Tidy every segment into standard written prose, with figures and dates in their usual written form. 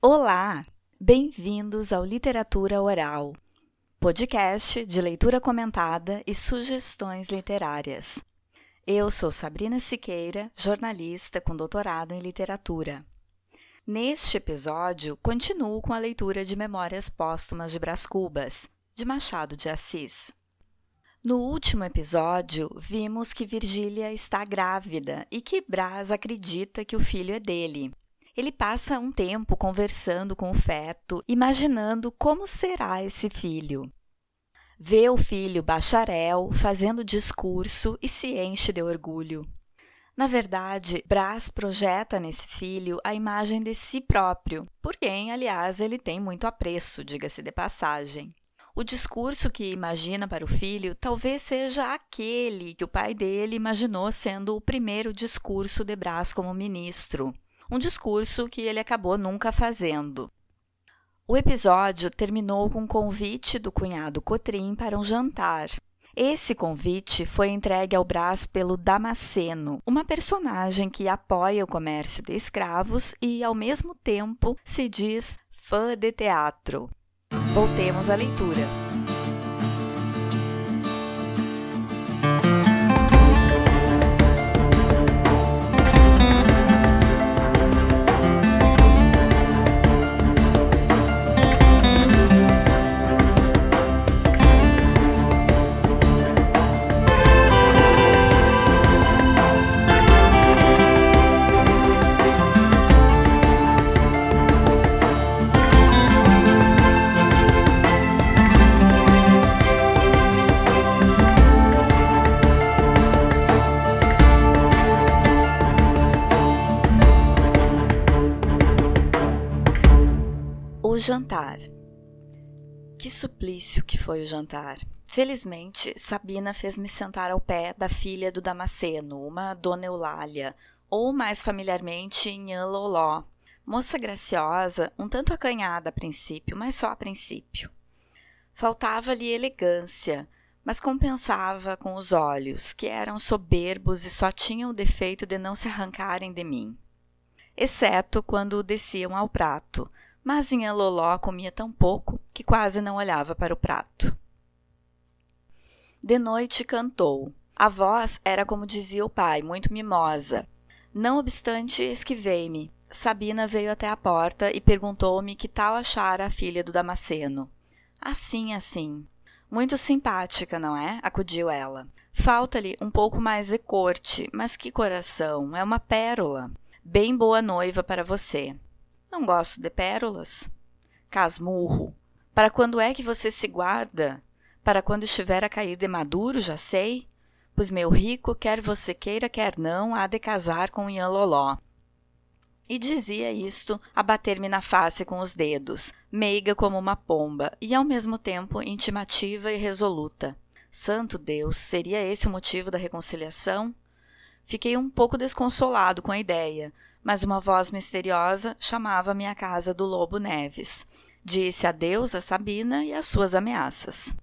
Olá! Bem-vindos ao Literatura Oral, podcast de leitura comentada e sugestões literárias. Eu sou Sabrina Siqueira, jornalista com doutorado em literatura. Neste episódio, continuo com a leitura de Memórias Póstumas de Brás Cubas, de Machado de Assis. No último episódio, vimos que Virgília está grávida e que Brás acredita que o filho é dele. Ele passa um tempo conversando com o feto, imaginando como será esse filho. Vê o filho bacharel fazendo discurso e se enche de orgulho. Na verdade, Brás projeta nesse filho a imagem de si próprio, por quem, aliás, ele tem muito apreço, diga-se de passagem. O discurso que imagina para o filho talvez seja aquele que o pai dele imaginou sendo o primeiro discurso de Brás como ministro. Um discurso que ele acabou nunca fazendo. O episódio terminou com um convite do cunhado Cotrim para um jantar. Esse convite foi entregue ao Brás pelo Damasceno, uma personagem que apoia o comércio de escravos e, ao mesmo tempo, se diz fã de teatro. Voltemos à leitura. O jantar. Que suplício que foi o jantar. Felizmente, Sabina fez-me sentar ao pé da filha do Damasceno, uma Dona Eulália, ou mais familiarmente Nhã Loló, moça graciosa, um tanto acanhada a princípio, mas só a princípio. Faltava-lhe elegância, mas compensava com os olhos, que eram soberbos e só tinham o defeito de não se arrancarem de mim. Exceto quando desciam ao prato, mas Nhã Loló comia tão pouco que quase não olhava para o prato. De noite cantou. A voz era como dizia o pai, muito mimosa. Não obstante, esquivei-me. Sabina veio até a porta e perguntou-me que tal achara a filha do Damasceno. Assim. Muito simpática, não é? Acudiu ela. Falta-lhe um pouco mais de corte, mas que coração, é uma pérola. Bem boa noiva para você. Não gosto de pérolas. Casmurro. Para quando é que você se guarda? Para quando estiver a cair de maduro, já sei. Pois meu rico, quer você queira, quer não, há de casar com Nhã Loló. E dizia isto a bater-me na face com os dedos, meiga como uma pomba, e ao mesmo tempo intimativa e resoluta. Santo Deus, seria esse o motivo da reconciliação? Fiquei um pouco desconsolado com a ideia, mas uma voz misteriosa chamava-me à casa do Lobo Neves. Disse adeus a Sabina e às suas ameaças.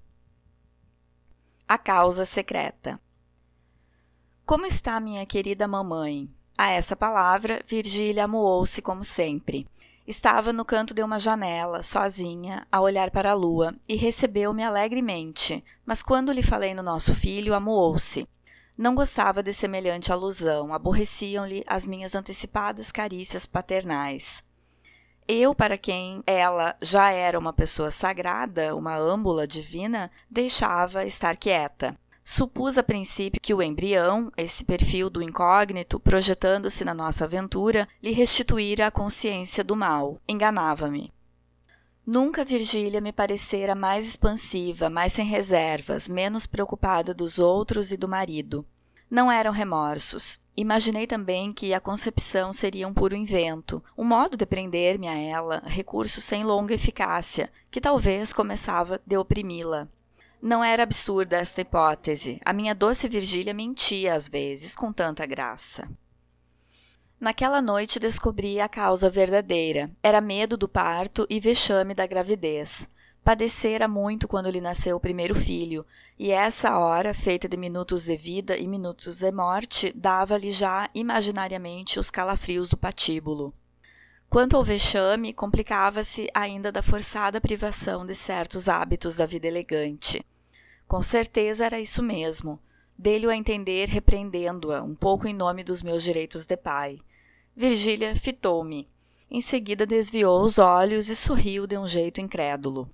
A causa secreta. Como está minha querida mamãe? A essa palavra, Virgília amuou-se como sempre. Estava no canto de uma janela, sozinha, a olhar para a lua, e recebeu-me alegremente, mas quando lhe falei no nosso filho, amuou-se. Não gostava de semelhante alusão, aborreciam-lhe as minhas antecipadas carícias paternais. Eu, para quem ela já era uma pessoa sagrada, uma âmbula divina, deixava estar quieta. Supus a princípio que o embrião, esse perfil do incógnito, projetando-se na nossa aventura, lhe restituíra a consciência do mal. Enganava-me. Nunca Virgília me parecera mais expansiva, mais sem reservas, menos preocupada dos outros e do marido. Não eram remorsos. Imaginei também que a concepção seria um puro invento, um modo de prender-me a ela, recurso sem longa eficácia, que talvez começava de oprimi-la. Não era absurda esta hipótese. A minha doce Virgília mentia às vezes, com tanta graça. Naquela noite descobri a causa verdadeira. Era medo do parto e vexame da gravidez. Padecera muito quando lhe nasceu o primeiro filho, e essa hora, feita de minutos de vida e minutos de morte, dava-lhe já imaginariamente os calafrios do patíbulo. Quanto ao vexame, complicava-se ainda da forçada privação de certos hábitos da vida elegante. Com certeza era isso mesmo. Dei-lhe a entender repreendendo-a, um pouco em nome dos meus direitos de pai. Virgília fitou-me. Em seguida desviou os olhos e sorriu de um jeito incrédulo.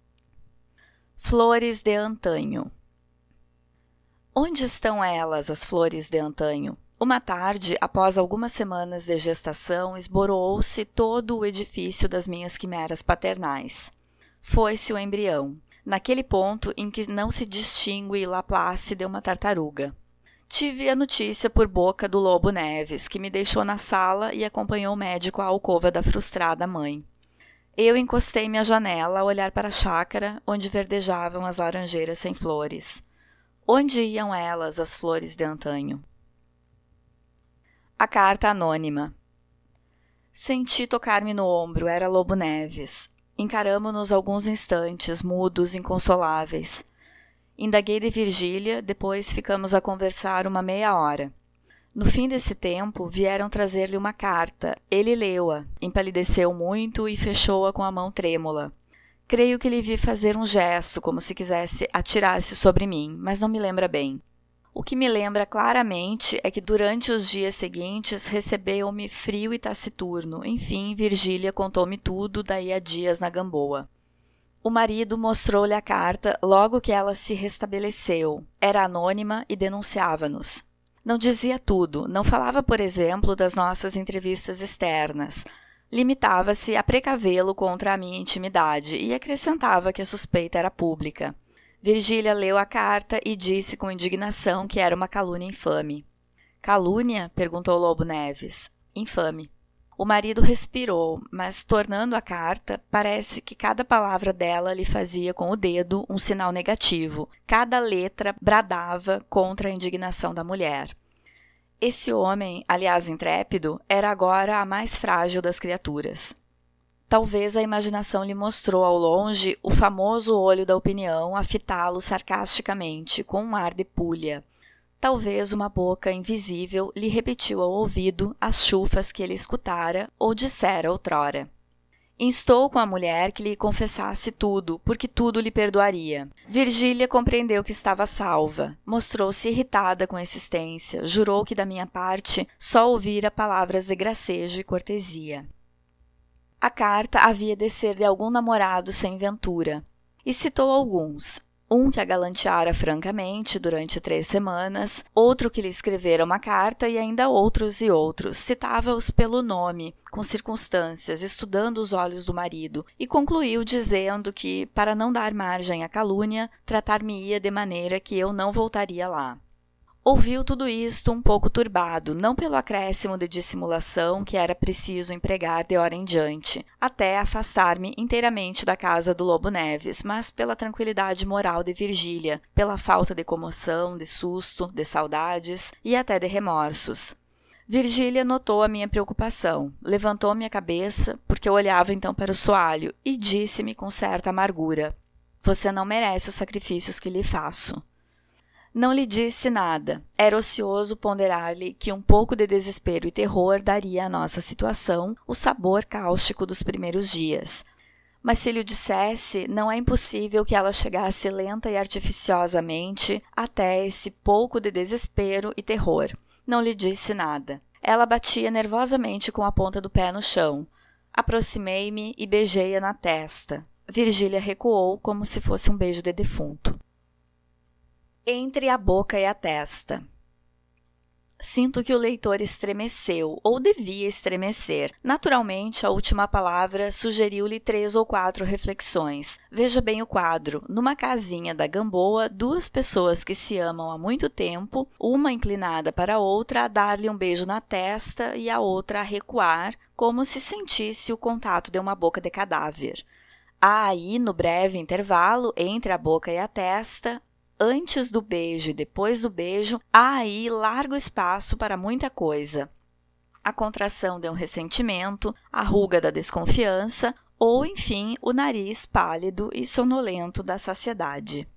Flores de antanho. Onde estão elas, as flores de antanho? Uma tarde, após algumas semanas de gestação, esboroou-se todo o edifício das minhas quimeras paternais. Foi-se o embrião, naquele ponto em que não se distingue Laplace de uma tartaruga. Tive a notícia por boca do Lobo Neves, que me deixou na sala e acompanhou o médico à alcova da frustrada mãe. Eu encostei-me à janela a olhar para a chácara, onde verdejavam as laranjeiras sem flores. Onde iam elas, as flores de antanho? A carta anônima. Senti tocar-me no ombro, era Lobo Neves. Encaramo-nos alguns instantes, mudos, inconsoláveis. Indaguei de Virgília, depois ficamos a conversar uma meia hora. No fim desse tempo, vieram trazer-lhe uma carta. Ele leu-a, empalideceu muito e fechou-a com a mão trêmula. Creio que lhe vi fazer um gesto, como se quisesse atirar-se sobre mim, mas não me lembra bem. O que me lembra claramente é que durante os dias seguintes recebeu-me frio e taciturno. Enfim, Virgília contou-me tudo daí a dias na Gamboa. O marido mostrou-lhe a carta logo que ela se restabeleceu. Era anônima e denunciava-nos. Não dizia tudo, não falava, por exemplo, das nossas entrevistas externas. Limitava-se a precavê-lo contra a minha intimidade e acrescentava que a suspeita era pública. Virgília leu a carta e disse com indignação que era uma calúnia infame. Calúnia? Perguntou Lobo Neves. Infame. O marido respirou, mas, tornando a carta, parece que cada palavra dela lhe fazia com o dedo um sinal negativo. Cada letra bradava contra a indignação da mulher. Esse homem, aliás intrépido, era agora a mais frágil das criaturas. Talvez a imaginação lhe mostrou ao longe o famoso olho da opinião a fitá-lo sarcasticamente, com um ar de pulha. Talvez uma boca invisível lhe repetiu ao ouvido as chufas que ele escutara ou dissera outrora. Instou com a mulher que lhe confessasse tudo, porque tudo lhe perdoaria. Virgília compreendeu que estava salva. Mostrou-se irritada com a insistência. Jurou que, da minha parte, só ouvira palavras de gracejo e cortesia. A carta havia de ser de algum namorado sem ventura. E citou alguns. Um que a galanteara francamente durante 3 semanas, outro que lhe escrevera uma carta e ainda outros e outros. Citava-os pelo nome, com circunstâncias, estudando os olhos do marido, e concluiu dizendo que, para não dar margem à calúnia, tratar-me-ia de maneira que eu não voltaria lá. Ouviu tudo isto um pouco turbado, não pelo acréscimo de dissimulação que era preciso empregar de hora em diante, até afastar-me inteiramente da casa do Lobo Neves, mas pela tranquilidade moral de Virgília, pela falta de comoção, de susto, de saudades e até de remorsos. Virgília notou a minha preocupação, levantou-me a cabeça, porque eu olhava então para o soalho, e disse-me com certa amargura: "Você não merece os sacrifícios que lhe faço." Não lhe disse nada. Era ocioso ponderar-lhe que um pouco de desespero e terror daria à nossa situação o sabor cáustico dos primeiros dias. Mas se lhe o dissesse, não é impossível que ela chegasse lenta e artificiosamente até esse pouco de desespero e terror. Não lhe disse nada. Ela batia nervosamente com a ponta do pé no chão. Aproximei-me e beijei-a na testa. Virgília recuou como se fosse um beijo de defunto. Entre a boca e a testa. Sinto que o leitor estremeceu, ou devia estremecer. Naturalmente, a última palavra sugeriu-lhe 3 ou 4 reflexões. Veja bem o quadro. Numa casinha da Gamboa, 2 pessoas que se amam há muito tempo, uma inclinada para a outra a dar-lhe um beijo na testa e a outra a recuar, como se sentisse o contato de uma boca de cadáver. Há aí, no breve intervalo entre a boca e a testa, antes do beijo e depois do beijo, há aí largo espaço para muita coisa. A contração de um ressentimento, a ruga da desconfiança ou, enfim, o nariz pálido e sonolento da saciedade.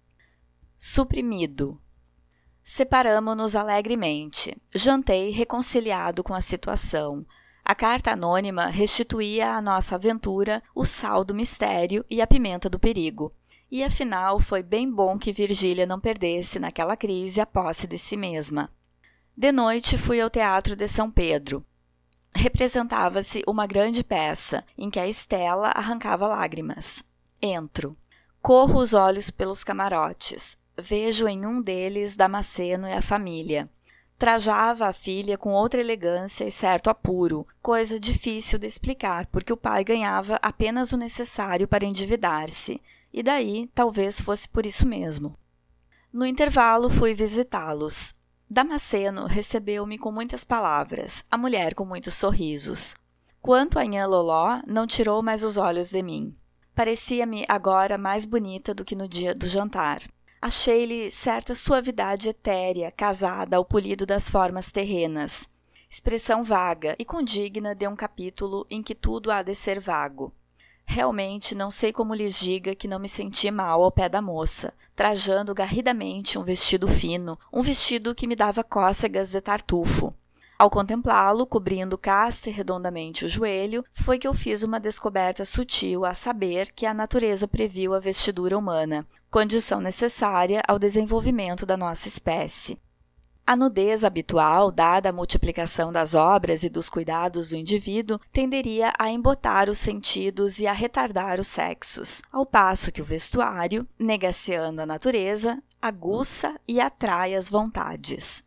Suprimido. Separamo-nos alegremente. Jantei reconciliado com a situação. A carta anônima restituía à nossa aventura o sal do mistério e a pimenta do perigo. E afinal foi bem bom que Virgília não perdesse naquela crise a posse de si mesma. De noite fui ao Teatro de São Pedro. Representava-se uma grande peça, em que a Estela arrancava lágrimas. Entro. Corro os olhos pelos camarotes. Vejo em um deles Damasceno e a família. Trajava a filha com outra elegância e certo apuro, coisa difícil de explicar, porque o pai ganhava apenas o necessário para endividar-se, e daí talvez fosse por isso mesmo. No intervalo fui visitá-los. Damasceno recebeu-me com muitas palavras, a mulher com muitos sorrisos. Quanto a Nhã Loló, não tirou mais os olhos de mim. Parecia-me agora mais bonita do que no dia do jantar. Achei-lhe certa suavidade etérea, casada ao polido das formas terrenas. Expressão vaga e condigna de um capítulo em que tudo há de ser vago. Realmente não sei como lhes diga que não me senti mal ao pé da moça, trajando garridamente um vestido fino, um vestido que me dava cócegas de tartufo. Ao contemplá-lo, cobrindo casta e redondamente o joelho, foi que eu fiz uma descoberta sutil a saber que a natureza previu a vestidura humana, condição necessária ao desenvolvimento da nossa espécie. A nudez habitual, dada a multiplicação das obras e dos cuidados do indivíduo, tenderia a embotar os sentidos e a retardar os sexos, ao passo que o vestuário, negaceando a natureza, aguça e atrai as vontades.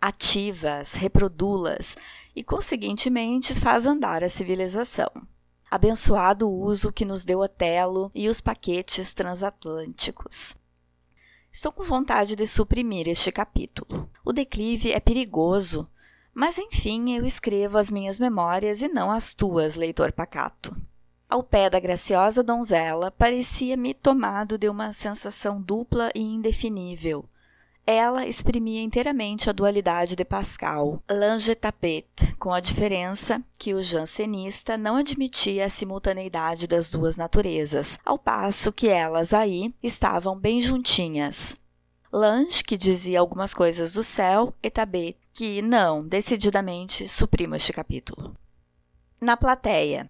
Ativas, reproduz-las e, conseguintemente, faz andar a civilização. Abençoado o uso que nos deu Otelo e os paquetes transatlânticos. Estou com vontade de suprimir este capítulo. O declive é perigoso, mas enfim eu escrevo as minhas memórias e não as tuas, leitor pacato. Ao pé da graciosa donzela, parecia-me tomado de uma sensação dupla e indefinível. Ela exprimia inteiramente a dualidade de Pascal, Lange Tapet, com a diferença que o jansenista não admitia a simultaneidade das duas naturezas, ao passo que elas aí estavam bem juntinhas. Lange, que dizia algumas coisas do céu, e Tapet, que, não, decididamente, suprimo este capítulo. Na plateia,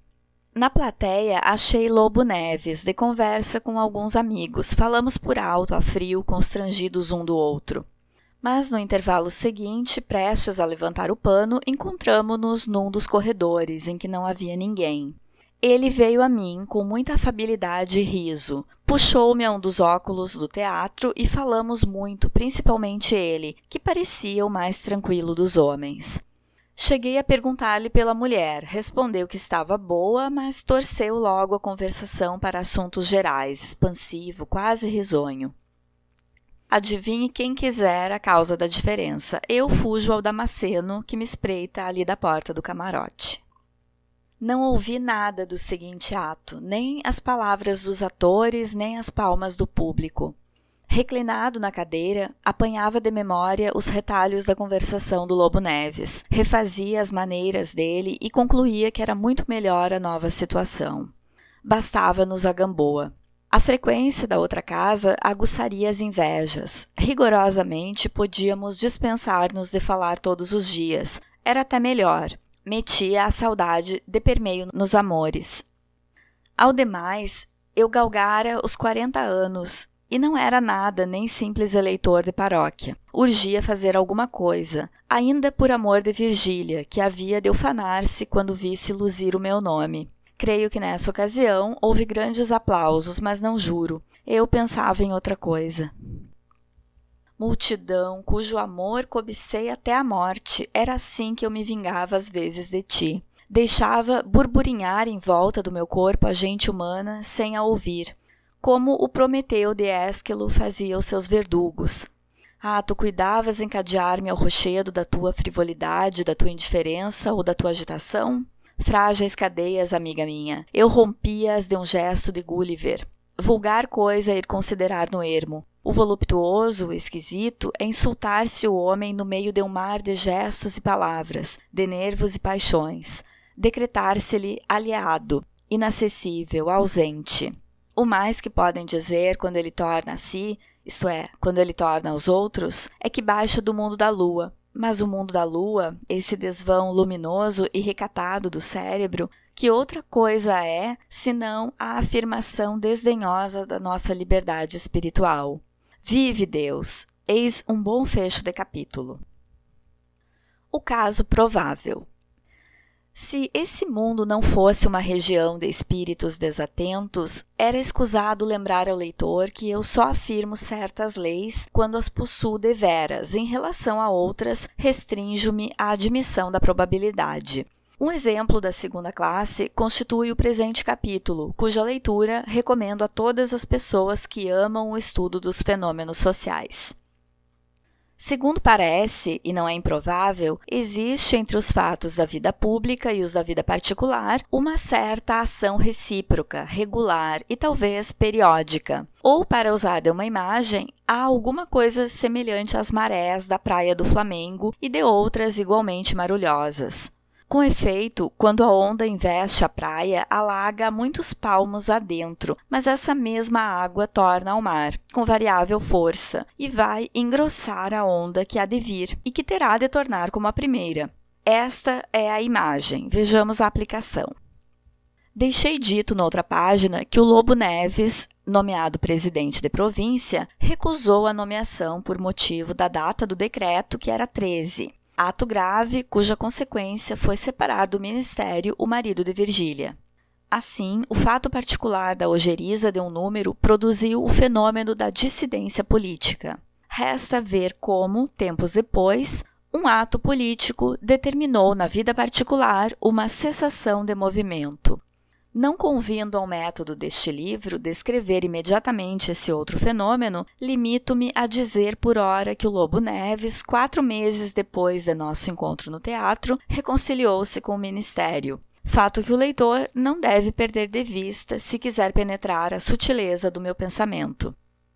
achei Lobo Neves, de conversa com alguns amigos. Falamos por alto, a frio, constrangidos um do outro. Mas no intervalo seguinte, prestes a levantar o pano, encontramo-nos num dos corredores, em que não havia ninguém. Ele veio a mim com muita afabilidade e riso. Puxou-me a um dos óculos do teatro e falamos muito, principalmente ele, que parecia o mais tranquilo dos homens. Cheguei a perguntar-lhe pela mulher, respondeu que estava boa, mas torceu logo a conversação para assuntos gerais, expansivo, quase risonho. Adivinhe quem quiser a causa da diferença. Eu fujo ao Damasceno, que me espreita ali da porta do camarote. Não ouvi nada do seguinte ato, nem as palavras dos atores, nem as palmas do público. Reclinado na cadeira, apanhava de memória os retalhos da conversação do Lobo Neves, refazia as maneiras dele e concluía que era muito melhor a nova situação. Bastava-nos a Gamboa. A frequência da outra casa aguçaria as invejas. Rigorosamente, podíamos dispensar-nos de falar todos os dias. Era até melhor. Metia a saudade de permeio nos amores. Ao demais, eu galgara os 40 anos, e não era nada, nem simples eleitor de paróquia. Urgia fazer alguma coisa, ainda por amor de Virgília, que havia de ufanar-se quando visse luzir o meu nome. Creio que nessa ocasião houve grandes aplausos, mas não juro. Eu pensava em outra coisa. Multidão, cujo amor cobicei até a morte, era assim que eu me vingava às vezes de ti. Deixava burburinhar em volta do meu corpo a gente humana, sem a ouvir. Como o Prometeu de Ésquilo fazia aos seus verdugos. Ah, tu cuidavas encadear-me ao rochedo da tua frivolidade, da tua indiferença ou da tua agitação? Frágeis cadeias, amiga minha, eu rompia-as de um gesto de Gulliver. Vulgar coisa ir considerar no ermo. O voluptuoso, o esquisito, é insultar-se o homem no meio de um mar de gestos e palavras, de nervos e paixões. Decretar-se-lhe aliado, inacessível, ausente. O mais que podem dizer quando ele torna a si, isto é, quando ele torna aos outros, é que baixa do mundo da lua, mas o mundo da lua, esse desvão luminoso e recatado do cérebro, que outra coisa é, senão a afirmação desdenhosa da nossa liberdade espiritual. Vive Deus! Eis um bom fecho de capítulo. O caso provável. Se esse mundo não fosse uma região de espíritos desatentos, era escusado lembrar ao leitor que eu só afirmo certas leis quando as possuo deveras, em relação a outras, restrinjo-me à admissão da probabilidade. Um exemplo da segunda classe constitui o presente capítulo, cuja leitura recomendo a todas as pessoas que amam o estudo dos fenômenos sociais. Segundo parece, e não é improvável, existe entre os fatos da vida pública e os da vida particular uma certa ação recíproca, regular e talvez periódica. Ou, para usar de uma imagem, há alguma coisa semelhante às marés da praia do Flamengo e de outras igualmente marulhosas. Com efeito, quando a onda investe a praia, alaga muitos palmos adentro, mas essa mesma água torna ao mar, com variável força, e vai engrossar a onda que há de vir e que terá de tornar como a primeira. Esta é a imagem. Vejamos a aplicação. Deixei dito noutra página que o Lobo Neves, nomeado presidente de província, recusou a nomeação por motivo da data do decreto, que era 13. Ato grave, cuja consequência foi separar do ministério o marido de Virgília. Assim, o fato particular da ojeriza de um número produziu o fenômeno da dissidência política. Resta ver como, tempos depois, um ato político determinou na vida particular uma cessação de movimento. Não convindo ao método deste livro descrever imediatamente esse outro fenômeno, limito-me a dizer por ora que o Lobo Neves, 4 meses depois de nosso encontro no teatro, reconciliou-se com o ministério. Fato que o leitor não deve perder de vista se quiser penetrar a sutileza do meu pensamento.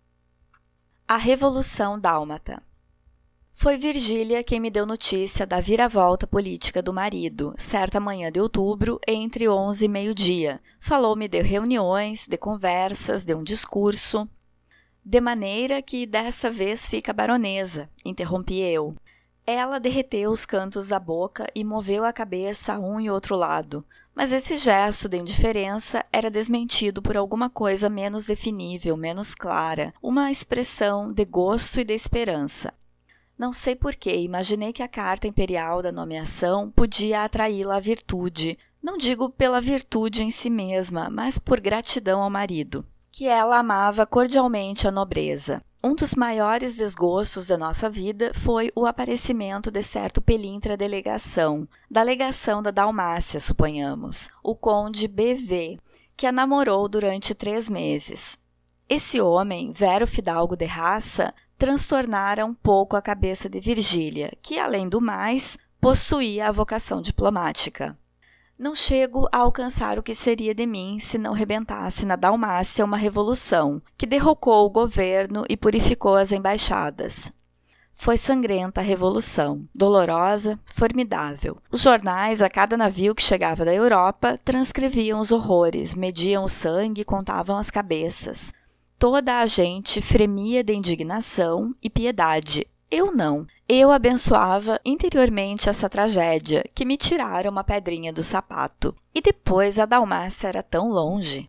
A Revolução Dálmata. Foi Virgília quem me deu notícia da viravolta política do marido, certa manhã de outubro, entre 11 e meio-dia. Falou-me de reuniões, de conversas, de um discurso. De maneira que desta vez fica baronesa, interrompi eu. Ela derreteu os cantos da boca e moveu a cabeça a um e outro lado. Mas esse gesto de indiferença era desmentido por alguma coisa menos definível, menos clara, uma expressão de gosto e de esperança. Não sei por que imaginei que a carta imperial da nomeação podia atraí-la à virtude, não digo pela virtude em si mesma, mas por gratidão ao marido, que ela amava cordialmente a nobreza. Um dos maiores desgostos da nossa vida foi o aparecimento de certo pelintra delegação, da legação da Dalmácia, suponhamos, o conde B.V., que a namorou durante 3 meses. Esse homem, vero fidalgo de raça, transtornara um pouco a cabeça de Virgília, que, além do mais, possuía a vocação diplomática. Não chego a alcançar o que seria de mim se não rebentasse na Dalmácia uma revolução, que derrocou o governo e purificou as embaixadas. Foi sangrenta a revolução, dolorosa, formidável. Os jornais, a cada navio que chegava da Europa, transcreviam os horrores, mediam o sangue e contavam as cabeças. Toda a gente fremia de indignação e piedade. Eu não. Eu abençoava interiormente essa tragédia, que me tirara uma pedrinha do sapato. E depois a Dalmácia era tão longe.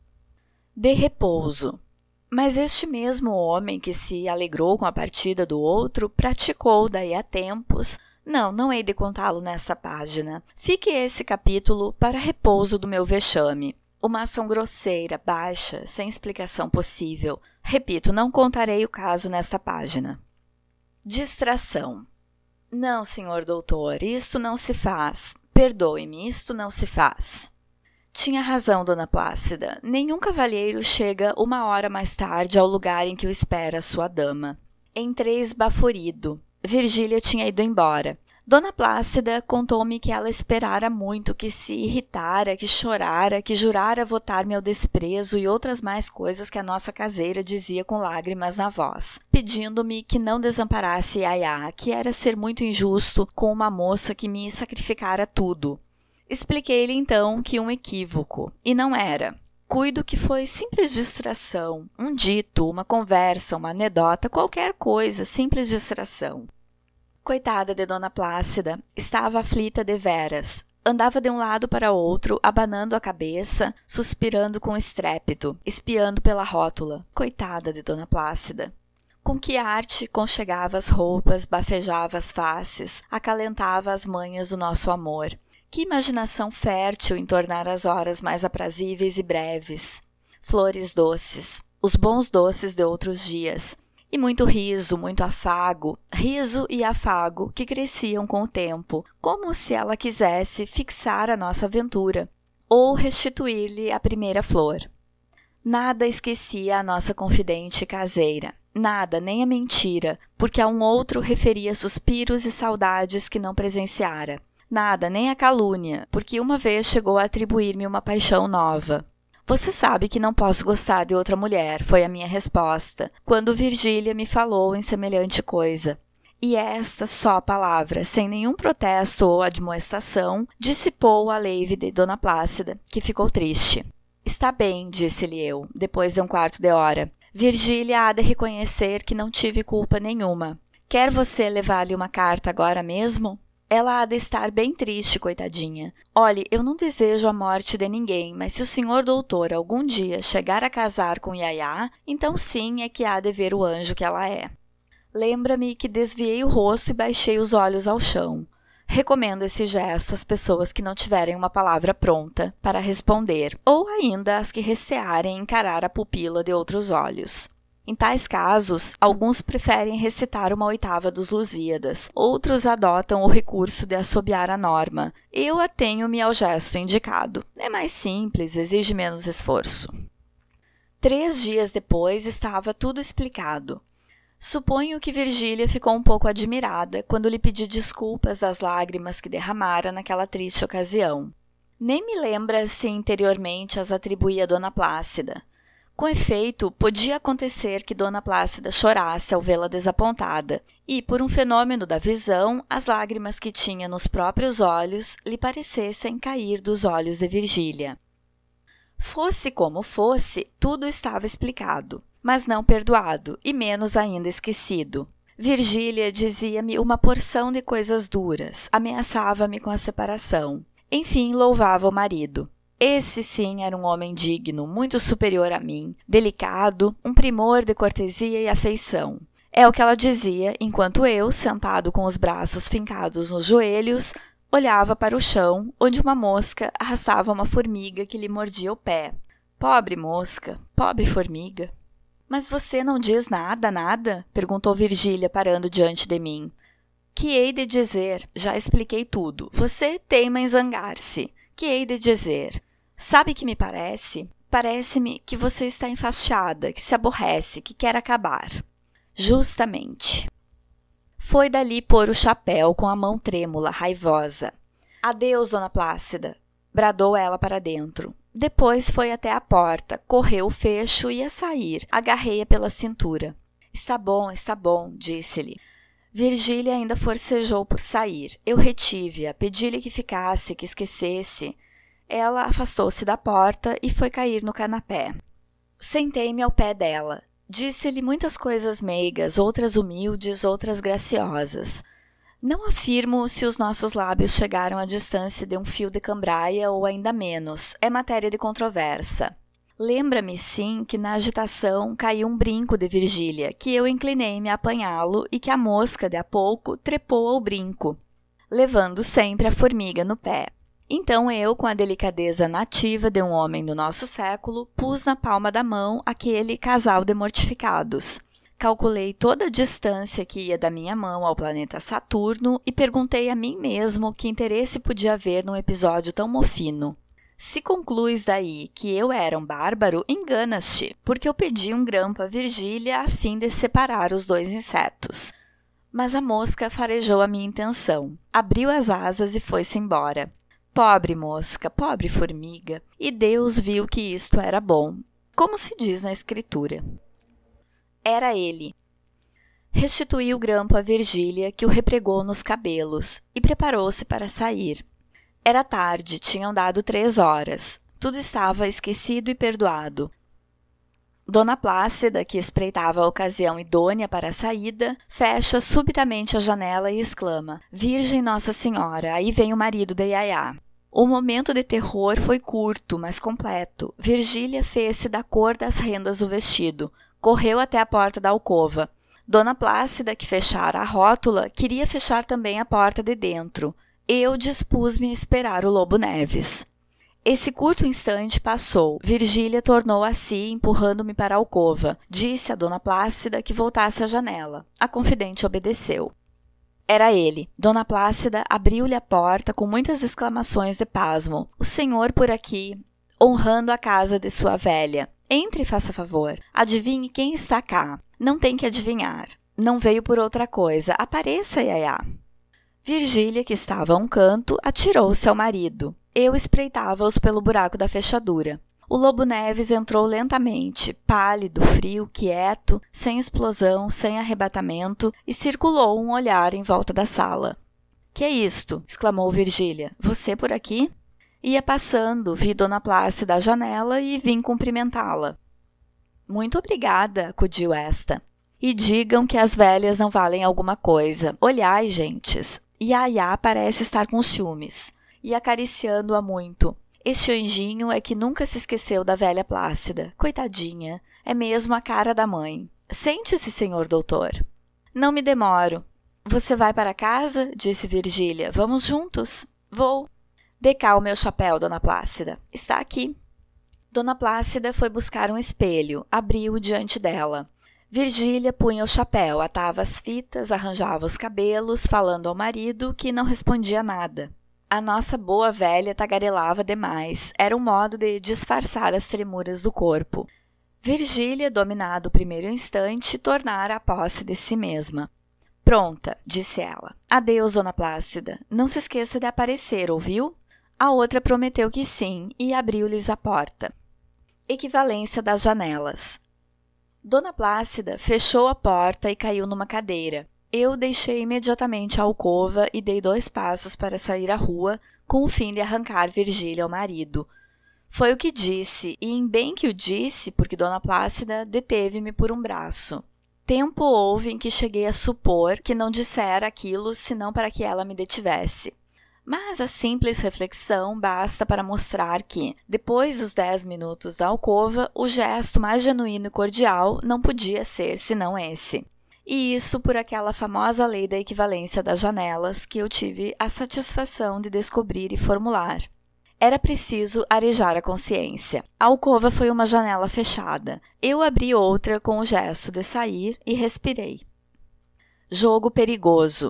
De repouso. Mas este mesmo homem que se alegrou com a partida do outro, praticou daí a tempos... Não hei de contá-lo nesta página. Fique esse capítulo para repouso do meu vexame. Uma ação grosseira, baixa, sem explicação possível. Repito, não contarei o caso nesta página. Distração. Não, senhor doutor, isto não se faz. Perdoe-me, isto não se faz. Tinha razão, dona Plácida. Nenhum cavalheiro chega 1 hora mais tarde ao lugar em que o espera a sua dama. Entrei esbaforido. Virgília tinha ido embora. Dona Plácida contou-me que ela esperara muito, que se irritara, que chorara, que jurara votar-me ao desprezo e outras mais coisas que a nossa caseira dizia com lágrimas na voz, pedindo-me que não desamparasse Yaya, que era ser muito injusto com uma moça que me sacrificara tudo. Expliquei-lhe então que um equívoco, e não era. Cuido que foi simples distração, um dito, uma conversa, uma anedota, qualquer coisa, simples distração. Coitada de Dona Plácida, estava aflita deveras. Andava de um lado para outro, abanando a cabeça, suspirando com estrépito, espiando pela rótula. Coitada de Dona Plácida. Com que arte conchegava as roupas, bafejava as faces, acalentava as manhas do nosso amor. Que imaginação fértil em tornar as horas mais aprazíveis e breves. Flores doces, os bons doces de outros dias. E muito riso, muito afago, riso e afago que cresciam com o tempo, como se ela quisesse fixar a nossa aventura, ou restituir-lhe a primeira flor. Nada esquecia a nossa confidente caseira, nada, nem a mentira, porque a um outro referia suspiros e saudades que não presenciara. Nada, nem a calúnia, porque uma vez chegou a atribuir-me uma paixão nova. Você sabe que não posso gostar de outra mulher, foi a minha resposta, quando Virgília me falou em semelhante coisa. E esta só palavra, sem nenhum protesto ou admoestação, dissipou a leive de Dona Plácida, que ficou triste. Está bem, disse-lhe eu, depois de um quarto de hora. Virgília há de reconhecer que não tive culpa nenhuma. Quer você levar-lhe uma carta agora mesmo? Ela há de estar bem triste, coitadinha. Olhe, eu não desejo a morte de ninguém, mas se o senhor doutor algum dia chegar a casar com Yayá, então sim é que há de ver o anjo que ela é. Lembra-me que desviei o rosto e baixei os olhos ao chão. Recomendo esse gesto às pessoas que não tiverem uma palavra pronta para responder, ou ainda às que recearem encarar a pupila de outros olhos. Em tais casos, alguns preferem recitar uma oitava dos Lusíadas, outros adotam o recurso de assobiar a norma. Eu atenho-me ao gesto indicado. É mais simples, exige menos esforço. 3 dias depois estava tudo explicado. Suponho que Virgília ficou um pouco admirada quando lhe pedi desculpas das lágrimas que derramara naquela triste ocasião. Nem me lembra se interiormente as atribuía a Dona Plácida. Com efeito, podia acontecer que Dona Plácida chorasse ao vê-la desapontada, e, por um fenômeno da visão, as lágrimas que tinha nos próprios olhos lhe parecessem cair dos olhos de Virgília. Fosse como fosse, tudo estava explicado, mas não perdoado, e menos ainda esquecido. Virgília dizia-me uma porção de coisas duras, ameaçava-me com a separação. Enfim, louvava o marido. Esse sim era um homem digno, muito superior a mim, delicado, um primor de cortesia e afeição. É o que ela dizia, enquanto eu, sentado com os braços fincados nos joelhos, olhava para o chão, onde uma mosca arrastava uma formiga que lhe mordia o pé. Pobre mosca, pobre formiga. Mas você não diz nada, nada? Perguntou Virgília, parando diante de mim. Que hei de dizer? Já expliquei tudo. Você teima em zangar-se. Que hei de dizer? Sabe que me parece? Parece-me que você está enfastiada, que se aborrece, que quer acabar. Justamente. Foi dali pôr o chapéu com a mão trêmula, raivosa. Adeus, Dona Plácida, bradou ela para dentro. Depois foi até a porta, correu o fecho e ia sair. Agarrei-a pela cintura. Está bom, disse-lhe. Virgília ainda forcejou por sair. Eu retive-a, pedi-lhe que ficasse, que esquecesse. Ela afastou-se da porta e foi cair no canapé. Sentei-me ao pé dela. Disse-lhe muitas coisas meigas, outras humildes, outras graciosas. Não afirmo se os nossos lábios chegaram à distância de um fio de cambraia ou ainda menos. É matéria de controvérsia. Lembra-me, sim, que na agitação caiu um brinco de Virgília, que eu inclinei-me a apanhá-lo e que a mosca, de a pouco, trepou ao brinco, levando sempre a formiga no pé. Então eu, com a delicadeza nativa de um homem do nosso século, pus na palma da mão aquele casal de mortificados. Calculei toda a distância que ia da minha mão ao planeta Saturno e perguntei a mim mesmo que interesse podia haver num episódio tão mofino. Se concluis daí que eu era um bárbaro, enganas-te, porque eu pedi um grampo a Virgília a fim de separar os dois insetos. Mas a mosca farejou a minha intenção, abriu as asas e foi-se embora. Pobre mosca, pobre formiga, e Deus viu que isto era bom, como se diz na Escritura. Era ele. Restituiu o grampo a Virgília, que o repregou nos cabelos, e preparou-se para sair. Era tarde, tinham dado 3 horas. Tudo estava esquecido e perdoado. Dona Plácida, que espreitava a ocasião idônea para a saída, fecha subitamente a janela e exclama: Virgem Nossa Senhora, aí vem o marido da Yayá. O momento de terror foi curto, mas completo. Virgília fez-se da cor das rendas do vestido. Correu até a porta da alcova. Dona Plácida, que fechara a rótula, queria fechar também a porta de dentro. Eu dispus-me a esperar o Lobo Neves. Esse curto instante passou. Virgília tornou a si, empurrando-me para a alcova. Disse a Dona Plácida que voltasse à janela. A confidente obedeceu. Era ele. Dona Plácida abriu-lhe a porta com muitas exclamações de pasmo. O senhor por aqui, honrando a casa de sua velha. Entre, faça favor. Adivinhe quem está cá. Não tem que adivinhar. Não veio por outra coisa. Apareça, Yayá. Virgília, que estava a um canto, atirou-se ao marido. Eu espreitava-os pelo buraco da fechadura. O Lobo Neves entrou lentamente, pálido, frio, quieto, sem explosão, sem arrebatamento, e circulou um olhar em volta da sala. — Que é isto? — exclamou Virgília. — Você por aqui? Ia passando, vi Dona Plácida à janela e vim cumprimentá-la. — Muito obrigada — acudiu esta. — E digam que as velhas não valem alguma coisa. Olhai, gentes. Yayá parece estar com ciúmes. E acariciando-a muito. Este anjinho é que nunca se esqueceu da velha Plácida. Coitadinha, é mesmo a cara da mãe. Sente-se, senhor doutor. Não me demoro. Você vai para casa? Disse Virgília. Vamos juntos? Vou. Dê cá o meu chapéu, Dona Plácida. Está aqui. Dona Plácida foi buscar um espelho. Abriu-o diante dela. Virgília punha o chapéu, atava as fitas, arranjava os cabelos, falando ao marido, que não respondia nada. A nossa boa velha tagarelava demais. Era um modo de disfarçar as tremuras do corpo. Virgília, dominado o primeiro instante, tornara a posse de si mesma. Pronta, disse ela. Adeus, Dona Plácida. Não se esqueça de aparecer, ouviu? A outra prometeu que sim e abriu-lhes a porta. Equivalência das janelas. Dona Plácida fechou a porta e caiu numa cadeira. Eu deixei imediatamente a alcova e dei 2 passos para sair à rua, com o fim de arrancar Virgília ao marido. Foi o que disse, e em bem que o disse, porque Dona Plácida deteve-me por um braço. Tempo houve em que cheguei a supor que não dissera aquilo senão para que ela me detivesse. Mas a simples reflexão basta para mostrar que, depois dos 10 minutos da alcova, o gesto mais genuíno e cordial não podia ser senão esse. E isso por aquela famosa lei da equivalência das janelas que eu tive a satisfação de descobrir e formular. Era preciso arejar a consciência. A alcova foi uma janela fechada. Eu abri outra com o gesto de sair e respirei. Jogo perigoso.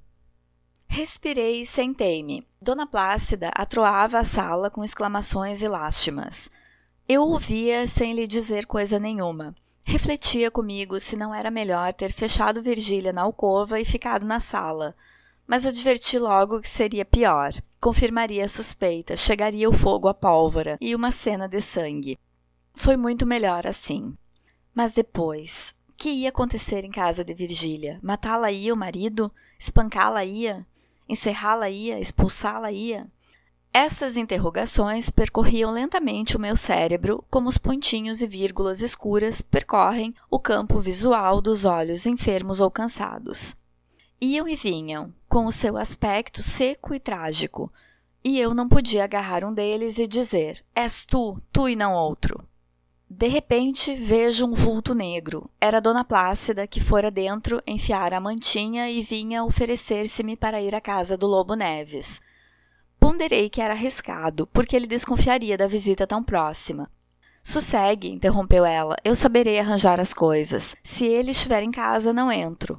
Respirei e sentei-me. Dona Plácida atroava a sala com exclamações e lástimas. Eu ouvia sem lhe dizer coisa nenhuma. Refletia comigo se não era melhor ter fechado Virgília na alcova e ficado na sala. Mas adverti logo que seria pior. Confirmaria a suspeita, chegaria o fogo à pólvora e uma cena de sangue. Foi muito melhor assim. Mas depois, que ia acontecer em casa de Virgília? Matá-la ia o marido? Espancá-la ia? Encerrá-la ia? Expulsá-la ia? Estas interrogações percorriam lentamente o meu cérebro, como os pontinhos e vírgulas escuras percorrem o campo visual dos olhos enfermos ou cansados. Iam e vinham, com o seu aspecto seco e trágico, e eu não podia agarrar um deles e dizer: és tu e não outro. De repente, vejo um vulto negro. Era Dona Plácida, que fora dentro enfiar a mantinha e vinha oferecer-se-me para ir à casa do Lobo Neves. Ponderei que era arriscado, porque ele desconfiaria da visita tão próxima. Sossegue, interrompeu ela, eu saberei arranjar as coisas. Se ele estiver em casa, não entro.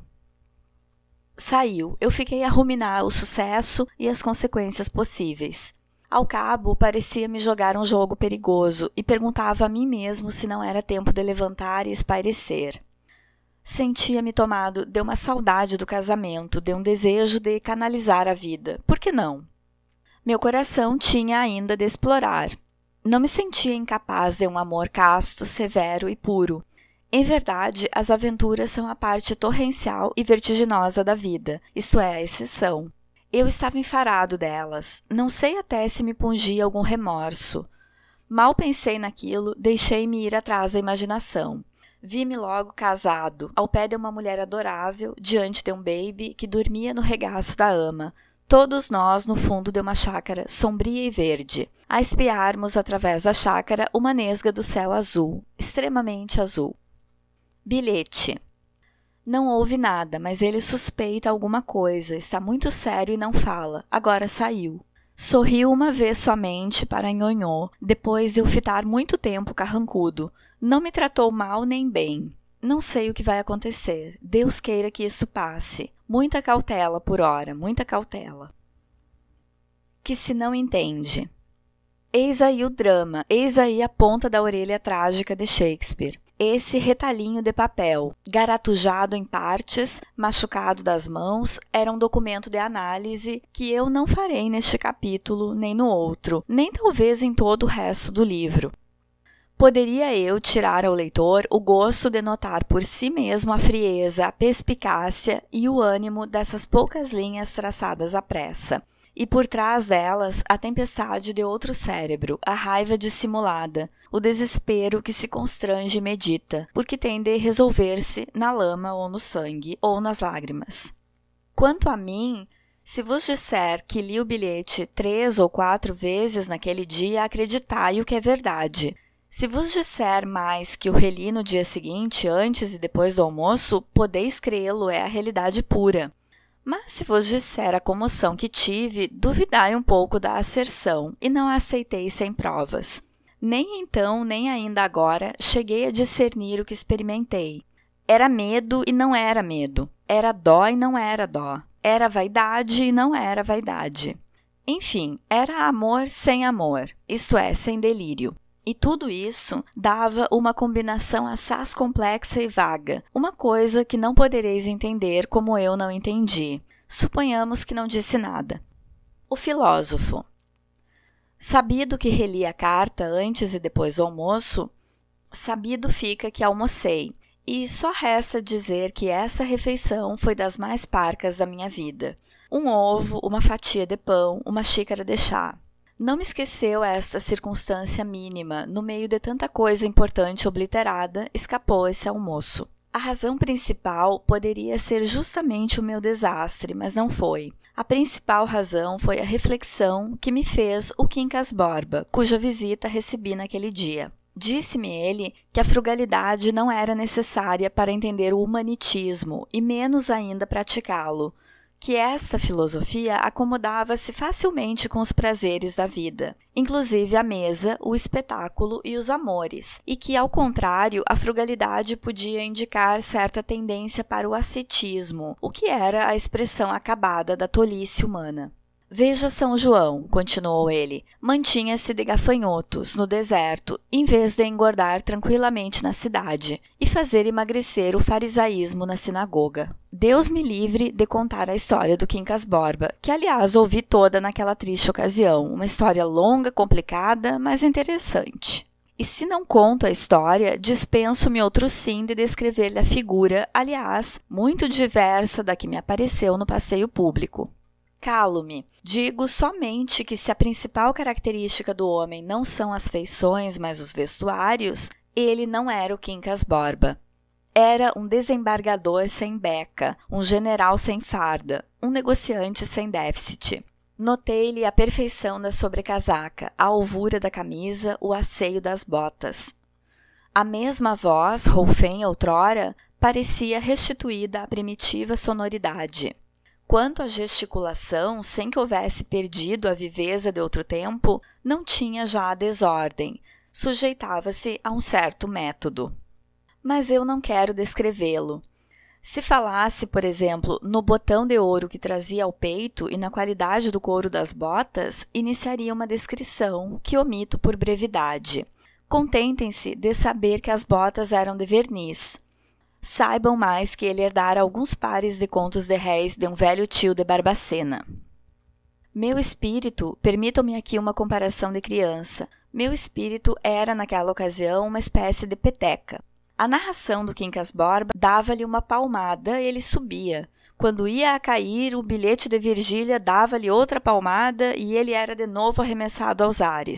Saiu. Eu fiquei a ruminar o sucesso e as consequências possíveis. Ao cabo, parecia-me jogar um jogo perigoso e perguntava a mim mesmo se não era tempo de levantar e espairecer. Sentia-me tomado de uma saudade do casamento, de um desejo de canalizar a vida. Por que não? Meu coração tinha ainda de explorar. Não me sentia incapaz de um amor casto, severo e puro. Em verdade, as aventuras são a parte torrencial e vertiginosa da vida, isto é, a exceção. Eu estava enfarado delas, não sei até se me pungia algum remorso. Mal pensei naquilo, deixei-me ir atrás da imaginação. Vi-me logo casado, ao pé de uma mulher adorável, diante de um baby que dormia no regaço da ama. Todos nós no fundo de uma chácara sombria e verde, a espiarmos através da chácara uma nesga do céu azul, extremamente azul. Bilhete. Não houve nada, mas ele suspeita alguma coisa, está muito sério e não fala. Agora saiu. Sorriu uma vez somente para Nhonhô, depois de eu fitar muito tempo carrancudo. Não me tratou mal nem bem. Não sei o que vai acontecer. Deus queira que isso passe. Muita cautela por hora, muita cautela. Que se não entende. Eis aí o drama, eis aí a ponta da orelha trágica de Shakespeare. Esse retalhinho de papel, garatujado em partes, machucado das mãos, era um documento de análise que eu não farei neste capítulo, nem no outro, nem talvez em todo o resto do livro. Poderia eu tirar ao leitor o gosto de notar por si mesmo a frieza, a perspicácia e o ânimo dessas poucas linhas traçadas à pressa. E por trás delas, a tempestade de outro cérebro, a raiva dissimulada, o desespero que se constrange e medita, porque tem de resolver-se na lama ou no sangue ou nas lágrimas. Quanto a mim, se vos disser que li o bilhete 3 ou 4 vezes naquele dia, acreditai o que é verdade. Se vos disser mais que o reli no dia seguinte, antes e depois do almoço, podeis crê-lo, é a realidade pura. Mas se vos disser a comoção que tive, duvidai um pouco da asserção, e não a aceitei sem provas. Nem então, nem ainda agora, cheguei a discernir o que experimentei. Era medo e não era medo. Era dó e não era dó. Era vaidade e não era vaidade. Enfim, era amor sem amor, isto é, sem delírio. E tudo isso dava uma combinação assaz complexa e vaga, uma coisa que não podereis entender como eu não entendi. Suponhamos que não disse nada. O filósofo. Sabido que reli a carta antes e depois do almoço, sabido fica que almocei, e só resta dizer que essa refeição foi das mais parcas da minha vida. Um ovo, uma fatia de pão, uma xícara de chá. Não me esqueceu esta circunstância mínima, no meio de tanta coisa importante obliterada, escapou esse almoço. A razão principal poderia ser justamente o meu desastre, mas não foi. A principal razão foi a reflexão que me fez o Quincas Borba, cuja visita recebi naquele dia. Disse-me ele que a frugalidade não era necessária para entender o humanitismo e menos ainda praticá-lo, que esta filosofia acomodava-se facilmente com os prazeres da vida, inclusive a mesa, o espetáculo e os amores, e que, ao contrário, a frugalidade podia indicar certa tendência para o ascetismo, o que era a expressão acabada da tolice humana. Veja São João, continuou ele, mantinha-se de gafanhotos no deserto, em vez de engordar tranquilamente na cidade e fazer emagrecer o farisaísmo na sinagoga. Deus me livre de contar a história do Quincas Borba, que aliás ouvi toda naquela triste ocasião, uma história longa, complicada, mas interessante. E se não conto a história, dispenso-me outro sim de descrever-lhe a figura, aliás, muito diversa da que me apareceu no passeio público. Calo-me. Digo somente que se a principal característica do homem não são as feições, mas os vestuários, ele não era o Quincas Borba. Era um desembargador sem beca, um general sem farda, um negociante sem déficit. Notei-lhe a perfeição da sobrecasaca, a alvura da camisa, o asseio das botas. A mesma voz, roufenha outrora, parecia restituída à primitiva sonoridade. Quanto à gesticulação, sem que houvesse perdido a viveza de outro tempo, não tinha já a desordem, sujeitava-se a um certo método. Mas eu não quero descrevê-lo. Se falasse, por exemplo, no botão de ouro que trazia ao peito e na qualidade do couro das botas, iniciaria uma descrição que omito por brevidade. Contentem-se de saber que as botas eram de verniz. Saibam mais que ele herdara alguns pares de contos de réis de um velho tio de Barbacena. Meu espírito, permitam-me aqui uma comparação de criança, meu espírito era naquela ocasião uma espécie de peteca. A narração do Quincas Borba dava-lhe uma palmada e ele subia. Quando ia a cair, o bilhete de Virgília dava-lhe outra palmada e ele era de novo arremessado aos ares.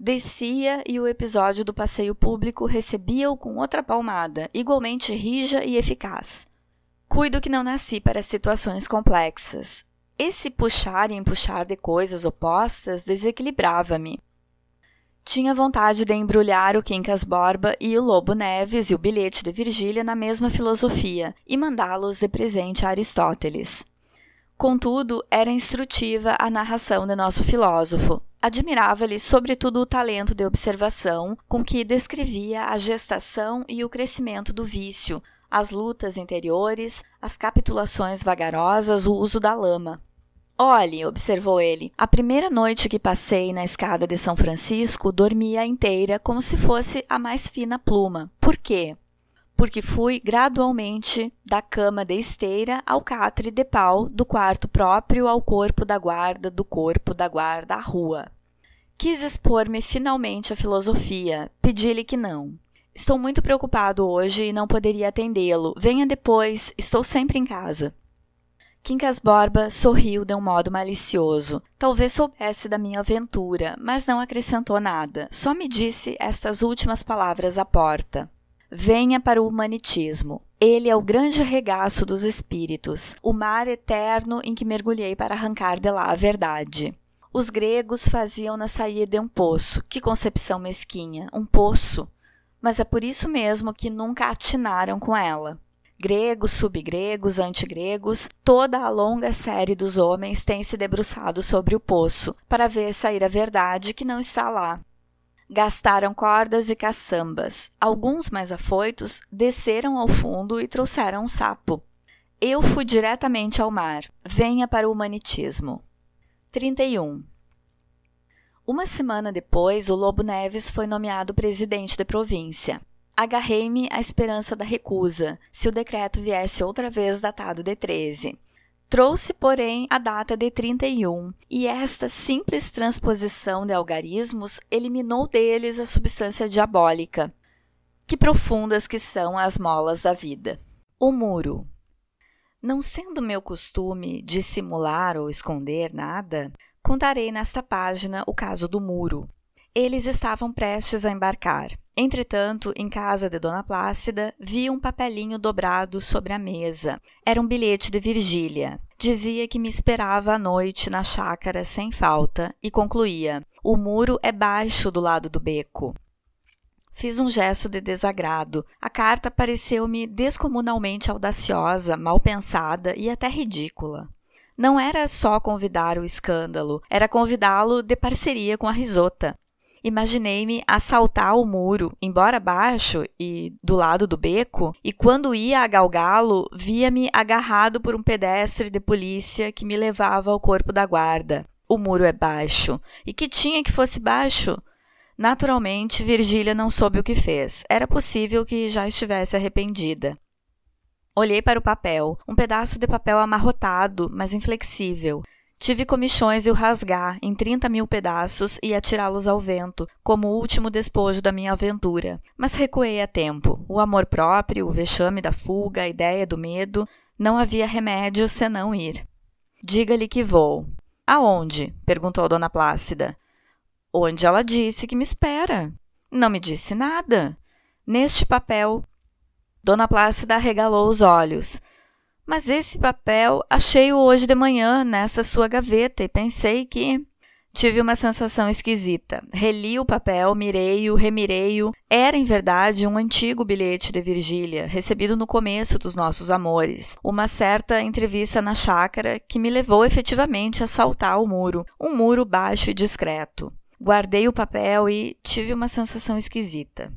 Descia e o episódio do passeio público recebia-o com outra palmada, igualmente rija e eficaz. Cuido que não nasci para situações complexas. Esse puxar e empuxar de coisas opostas desequilibrava-me. Tinha vontade de embrulhar o Quincas Borba e o Lobo Neves e o bilhete de Virgília na mesma filosofia e mandá-los de presente a Aristóteles. Contudo, era instrutiva a narração de nosso filósofo. Admirava-lhe, sobretudo, o talento de observação com que descrevia a gestação e o crescimento do vício, as lutas interiores, as capitulações vagarosas, o uso da lama. Olhe, observou ele, a primeira noite que passei na escada de São Francisco, dormia inteira como se fosse a mais fina pluma. Por quê? Porque fui gradualmente da cama de esteira ao catre de pau, do quarto próprio ao corpo da guarda, do corpo da guarda à rua. Quis expor-me finalmente à filosofia, pedi-lhe que não. Estou muito preocupado hoje e não poderia atendê-lo. Venha depois, estou sempre em casa. Quincas Borba sorriu de um modo malicioso. Talvez soubesse da minha aventura, mas não acrescentou nada. Só me disse estas últimas palavras à porta. Venha para o humanitismo. Ele é o grande regaço dos espíritos, o mar eterno em que mergulhei para arrancar de lá a verdade. Os gregos faziam-na sair de um poço. Que concepção mesquinha! Um poço! Mas é por isso mesmo que nunca atinaram com ela. Gregos, subgregos, antigregos, toda a longa série dos homens tem se debruçado sobre o poço, para ver sair a verdade que não está lá. Gastaram cordas e caçambas. Alguns mais afoitos desceram ao fundo e trouxeram um sapo. Eu fui diretamente ao mar. Venha para o humanitismo. 31. Uma semana depois, o Lobo Neves foi nomeado presidente da província. Agarrei-me à esperança da recusa, se o decreto viesse outra vez datado de 13. Trouxe, porém, a data de 31, e esta simples transposição de algarismos eliminou deles a substância diabólica. Que profundas que são as molas da vida. O muro. Não sendo meu costume dissimular ou esconder nada, contarei nesta página o caso do muro. Eles estavam prestes a embarcar. Entretanto, em casa de Dona Plácida, vi um papelinho dobrado sobre a mesa. Era um bilhete de Virgília. Dizia que me esperava à noite na chácara sem falta e concluía: o muro é baixo do lado do beco. Fiz um gesto de desagrado. A carta pareceu-me descomunalmente audaciosa, mal pensada e até ridícula. Não era só convidar o escândalo, era convidá-lo de parceria com a risota. Imaginei-me assaltar o muro, embora baixo e do lado do beco, e quando ia a galgá-lo, via-me agarrado por um pedestre de polícia que me levava ao corpo da guarda. O muro é baixo. E que tinha que fosse baixo? Naturalmente, Virgília não soube o que fez. Era possível que já estivesse arrependida. Olhei para o papel, um pedaço de papel amarrotado, mas inflexível. Tive comichões de o rasgar em 30.000 pedaços e atirá-los ao vento, como o último despojo da minha aventura. Mas recuei a tempo. O amor próprio, o vexame da fuga, a ideia do medo, não havia remédio senão ir. Diga-lhe que vou. Aonde? Perguntou Dona Plácida. Onde ela disse que me espera. Não me disse nada. Neste papel. Dona Plácida arregalou os olhos. Mas esse papel achei-o hoje de manhã nessa sua gaveta e pensei que... Tive uma sensação esquisita. Reli o papel, mirei-o, remirei-o. Era, em verdade, um antigo bilhete de Virgília, recebido no começo dos nossos amores. Uma certa entrevista na chácara que me levou efetivamente a saltar o muro. Um muro baixo e discreto. Guardei o papel e tive uma sensação esquisita.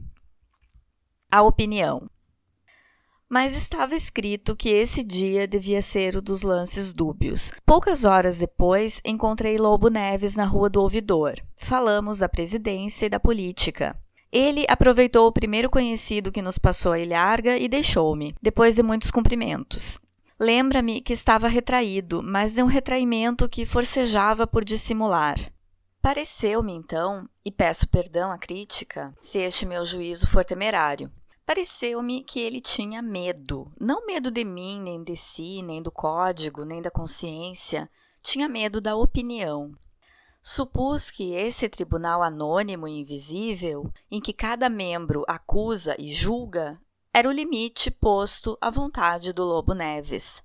A opinião. Mas estava escrito que esse dia devia ser o dos lances dúbios. Poucas horas depois, encontrei Lobo Neves na Rua do Ouvidor. Falamos da presidência e da política. Ele aproveitou o primeiro conhecido que nos passou a ilharga e deixou-me, depois de muitos cumprimentos. Lembra-me que estava retraído, mas de um retraimento que forcejava por dissimular. Pareceu-me, então, e peço perdão à crítica, se este meu juízo for temerário, pareceu-me que ele tinha medo. Não medo de mim, nem de si, nem do código, nem da consciência. Tinha medo da opinião. Supus que esse tribunal anônimo e invisível, em que cada membro acusa e julga, era o limite posto à vontade do Lobo Neves.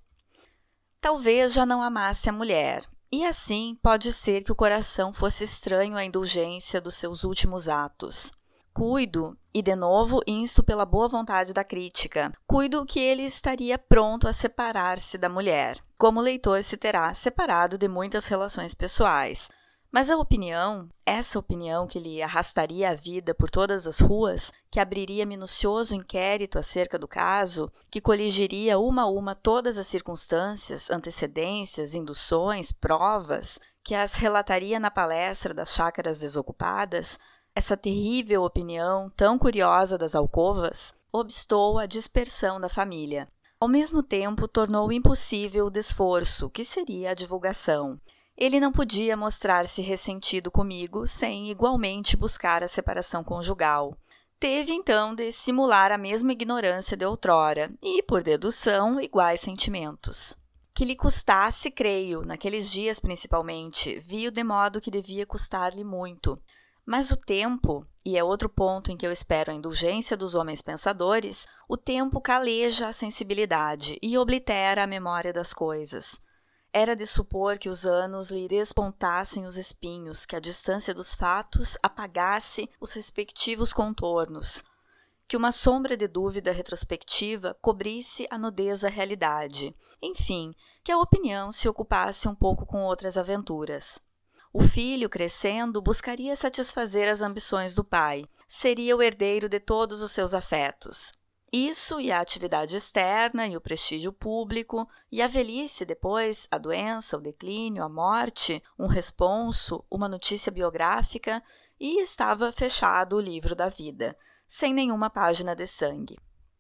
Talvez já não amasse a mulher, e assim pode ser que o coração fosse estranho à indulgência dos seus últimos atos. Cuido, e de novo insto pela boa vontade da crítica, cuido que ele estaria pronto a separar-se da mulher, como o leitor se terá separado de muitas relações pessoais. Mas a opinião, essa opinião que lhe arrastaria a vida por todas as ruas, que abriria minucioso inquérito acerca do caso, que coligiria uma a uma todas as circunstâncias, antecedências, induções, provas, que as relataria na palestra das chácaras desocupadas, essa terrível opinião, tão curiosa das alcovas, obstou a dispersão da família. Ao mesmo tempo, tornou impossível o desforço, que seria a divulgação. Ele não podia mostrar-se ressentido comigo sem igualmente buscar a separação conjugal. Teve, então, de simular a mesma ignorância de outrora e, por dedução, iguais sentimentos. Que lhe custasse, creio, naqueles dias principalmente, vi-o de modo que devia custar-lhe muito. Mas o tempo, e é outro ponto em que eu espero a indulgência dos homens pensadores, o tempo caleja a sensibilidade e oblitera a memória das coisas. Era de supor que os anos lhe despontassem os espinhos, que a distância dos fatos apagasse os respectivos contornos, que uma sombra de dúvida retrospectiva cobrisse a nudez da realidade, enfim, que a opinião se ocupasse um pouco com outras aventuras. O filho, crescendo, buscaria satisfazer as ambições do pai, seria o herdeiro de todos os seus afetos. Isso e a atividade externa e o prestígio público, e a velhice depois, a doença, o declínio, a morte, um responso, uma notícia biográfica, e estava fechado o livro da vida, sem nenhuma página de sangue.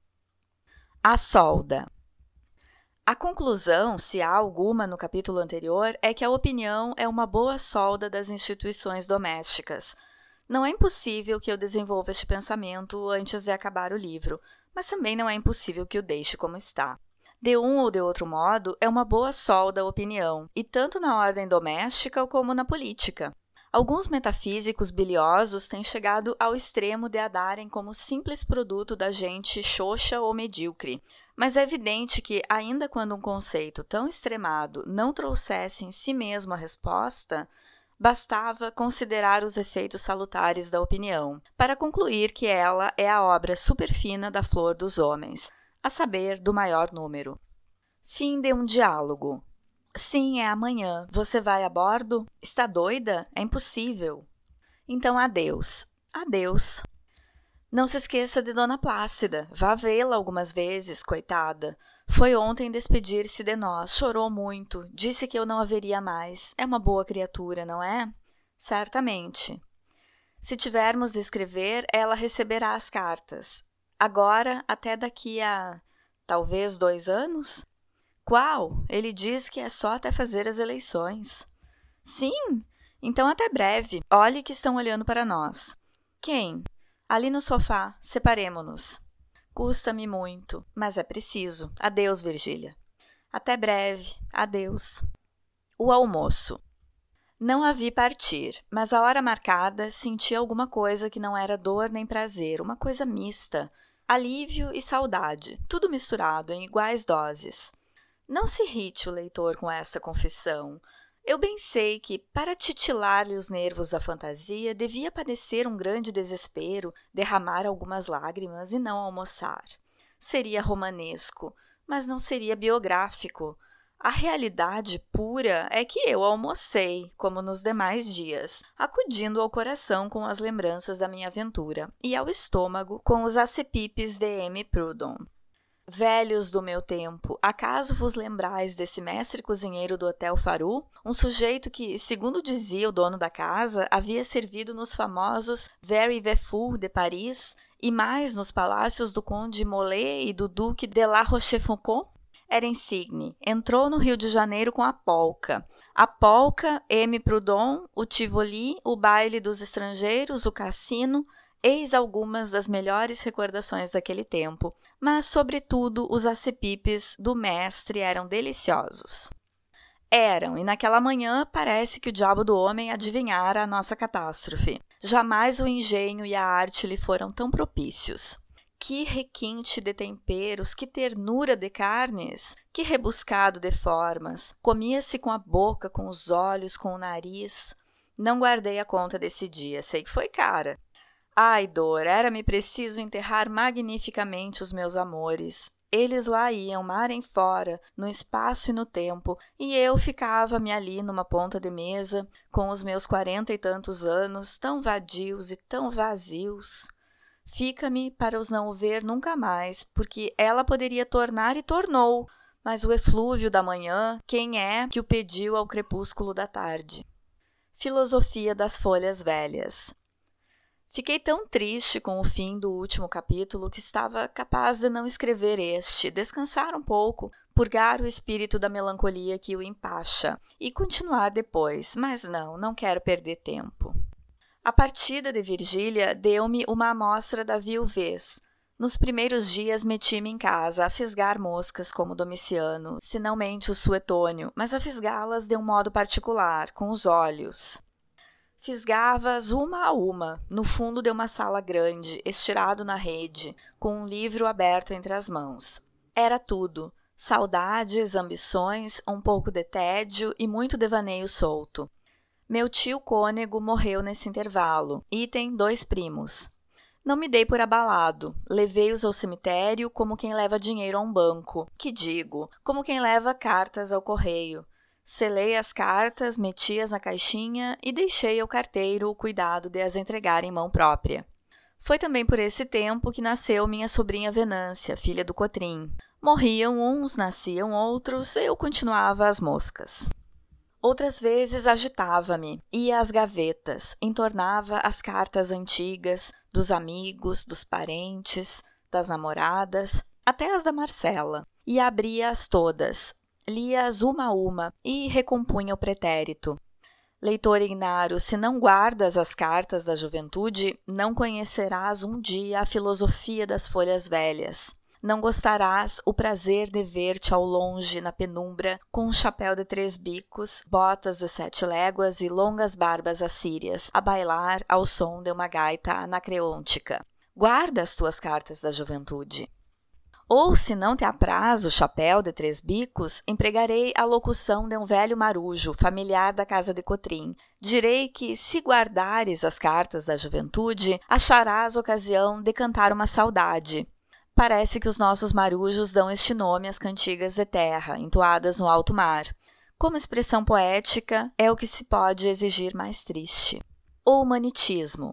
A solda. A conclusão, se há alguma no capítulo anterior, é que a opinião é uma boa solda das instituições domésticas. Não é impossível que eu desenvolva este pensamento antes de acabar o livro, mas também não é impossível que o deixe como está. De um ou de outro modo, é uma boa solda a opinião, e tanto na ordem doméstica como na política. Alguns metafísicos biliosos têm chegado ao extremo de a darem como simples produto da gente xoxa ou medíocre, mas é evidente que, ainda quando um conceito tão extremado não trouxesse em si mesmo a resposta, bastava considerar os efeitos salutares da opinião, para concluir que ela é a obra superfina da flor dos homens, a saber, do maior número. Fim de um diálogo. Sim, é amanhã. Você vai a bordo? Está doida? É impossível. Então, adeus. Adeus. Não se esqueça de Dona Plácida. Vá vê-la algumas vezes, coitada. Foi ontem despedir-se de nós, chorou muito, disse que eu não a veria mais. É uma boa criatura, não é? Certamente. Se tivermos de escrever, ela receberá as cartas. Agora, até daqui a, talvez, 2 anos? Qual? Ele diz que é só até fazer as eleições. Sim, então até breve. Olhe que estão olhando para nós. Quem? Ali no sofá, separemo-nos. Custa-me muito, mas é preciso. Adeus, Virgília. Até breve. Adeus. O almoço. Não a vi partir, mas à hora marcada senti alguma coisa que não era dor nem prazer, uma coisa mista, alívio e saudade, tudo misturado em iguais doses. Não se irrite o leitor com esta confissão. Eu bem sei que, para titilar-lhe os nervos da fantasia, devia padecer um grande desespero, derramar algumas lágrimas e não almoçar. Seria romanesco, mas não seria biográfico. A realidade pura é que eu almocei, como nos demais dias, acudindo ao coração com as lembranças da minha aventura e ao estômago com os acepipes de M. Proudhon. Velhos do meu tempo, acaso vos lembrais desse mestre cozinheiro do Hotel Faru? Um sujeito que, segundo dizia o dono da casa, havia servido nos famosos Very Véfour de Paris e mais nos palácios do Conde Molé e do Duque de La Rochefoucauld? Era insigne. Entrou no Rio de Janeiro com a polca. A polca, M. Proudhon, o Tivoli, o baile dos estrangeiros, o cassino. Eis algumas das melhores recordações daquele tempo, mas, sobretudo, os acepipes do mestre eram deliciosos. Eram, e naquela manhã parece que o diabo do homem adivinhara a nossa catástrofe. Jamais o engenho e a arte lhe foram tão propícios. Que requinte de temperos, que ternura de carnes, que rebuscado de formas. Comia-se com a boca, com os olhos, com o nariz. Não guardei a conta desse dia, sei que foi cara. Ai, dor, era-me preciso enterrar magnificamente os meus amores. Eles lá iam, mar em fora, no espaço e no tempo, e eu ficava-me ali numa ponta de mesa, com os meus 40 e tantos anos, tão vadios e tão vazios. Fica-me para os não ver nunca mais, porque ela poderia tornar e tornou, mas o eflúvio da manhã, quem é que o pediu ao crepúsculo da tarde? Filosofia das folhas velhas. Fiquei tão triste com o fim do último capítulo que estava capaz de não escrever este, descansar um pouco, purgar o espírito da melancolia que o empacha e continuar depois, mas não quero perder tempo. A partida de Virgília deu-me uma amostra da viuvez. Nos primeiros dias meti-me em casa a fisgar moscas como Domiciano, se não mente o Suetônio, mas a fisgá-las de um modo particular, com os olhos. Fisgava-as uma a uma, no fundo de uma sala grande, estirado na rede, com um livro aberto entre as mãos. Era tudo: saudades, ambições, um pouco de tédio e muito devaneio solto. Meu tio cônego morreu nesse intervalo, e tem 2 primos. Não me dei por abalado, levei-os ao cemitério como quem leva dinheiro a um banco, que digo, como quem leva cartas ao correio. Selei as cartas, meti-as na caixinha e deixei ao carteiro o cuidado de as entregar em mão própria. Foi também por esse tempo que nasceu minha sobrinha Venância, filha do Cotrim. Morriam uns, nasciam outros, eu continuava às moscas. Outras vezes agitava-me, ia às gavetas, entornava as cartas antigas, dos amigos, dos parentes, das namoradas, até as da Marcela, e abria-as todas. Lia-as uma a uma e recompunha o pretérito. Leitor ignaro, se não guardas as cartas da juventude, não conhecerás um dia a filosofia das folhas velhas. Não gostarás o prazer de ver-te ao longe na penumbra, com um chapéu de 3 bicos, botas de 7 léguas e longas barbas assírias, a bailar ao som de uma gaita anacreôntica. Guarda as tuas cartas da juventude. Ou, se não te apraz o chapéu de 3 bicos, empregarei a locução de um velho marujo, familiar da casa de Cotrim. Direi que, se guardares as cartas da juventude, acharás ocasião de cantar uma saudade. Parece que os nossos marujos dão este nome às cantigas de terra, entoadas no alto mar. Como expressão poética, é o que se pode exigir mais triste. O humanitismo.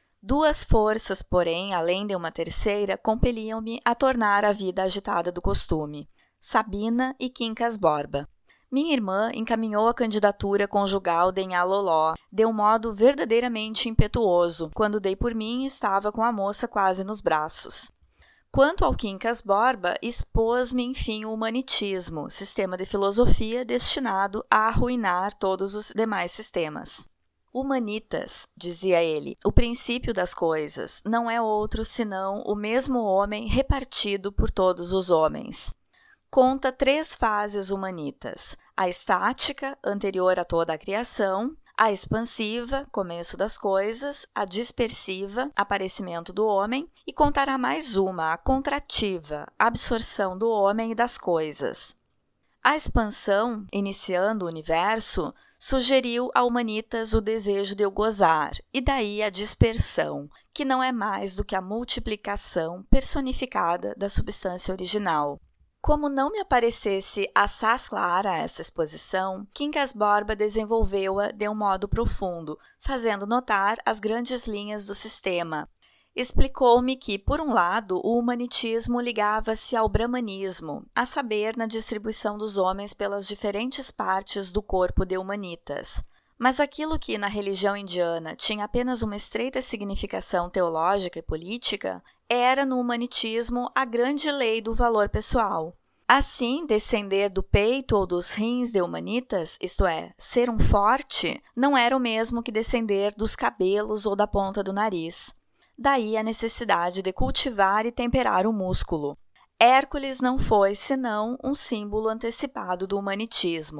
2 forças, porém, além de uma terceira, compeliam-me a tornar a vida agitada do costume: Sabina e Quincas Borba. Minha irmã encaminhou a candidatura conjugal de Nhá Loló de um modo verdadeiramente impetuoso, quando dei por mim e estava com a moça quase nos braços. Quanto ao Quincas Borba, expôs-me, enfim, o humanitismo, sistema de filosofia destinado a arruinar todos os demais sistemas. Humanitas, dizia ele, o princípio das coisas não é outro senão o mesmo homem repartido por todos os homens. Conta 3 fases humanitas: a estática, anterior a toda a criação; a expansiva, começo das coisas; a dispersiva, aparecimento do homem; e contará mais uma, a contrativa, absorção do homem e das coisas. A expansão, iniciando o universo, sugeriu a Humanitas o desejo de o gozar, e daí a dispersão, que não é mais do que a multiplicação personificada da substância original. Como não me aparecesse assaz clara essa exposição, Quincas Borba desenvolveu-a de um modo profundo, fazendo notar as grandes linhas do sistema. Explicou-me que, por um lado, o humanitismo ligava-se ao brahmanismo, a saber, na distribuição dos homens pelas diferentes partes do corpo de humanitas. Mas aquilo que, na religião indiana, tinha apenas uma estreita significação teológica e política, era, no humanitismo, a grande lei do valor pessoal. Assim, descender do peito ou dos rins de humanitas, isto é, ser um forte, não era o mesmo que descender dos cabelos ou da ponta do nariz. Daí a necessidade de cultivar e temperar o músculo. Hércules não foi, senão, um símbolo antecipado do humanitismo.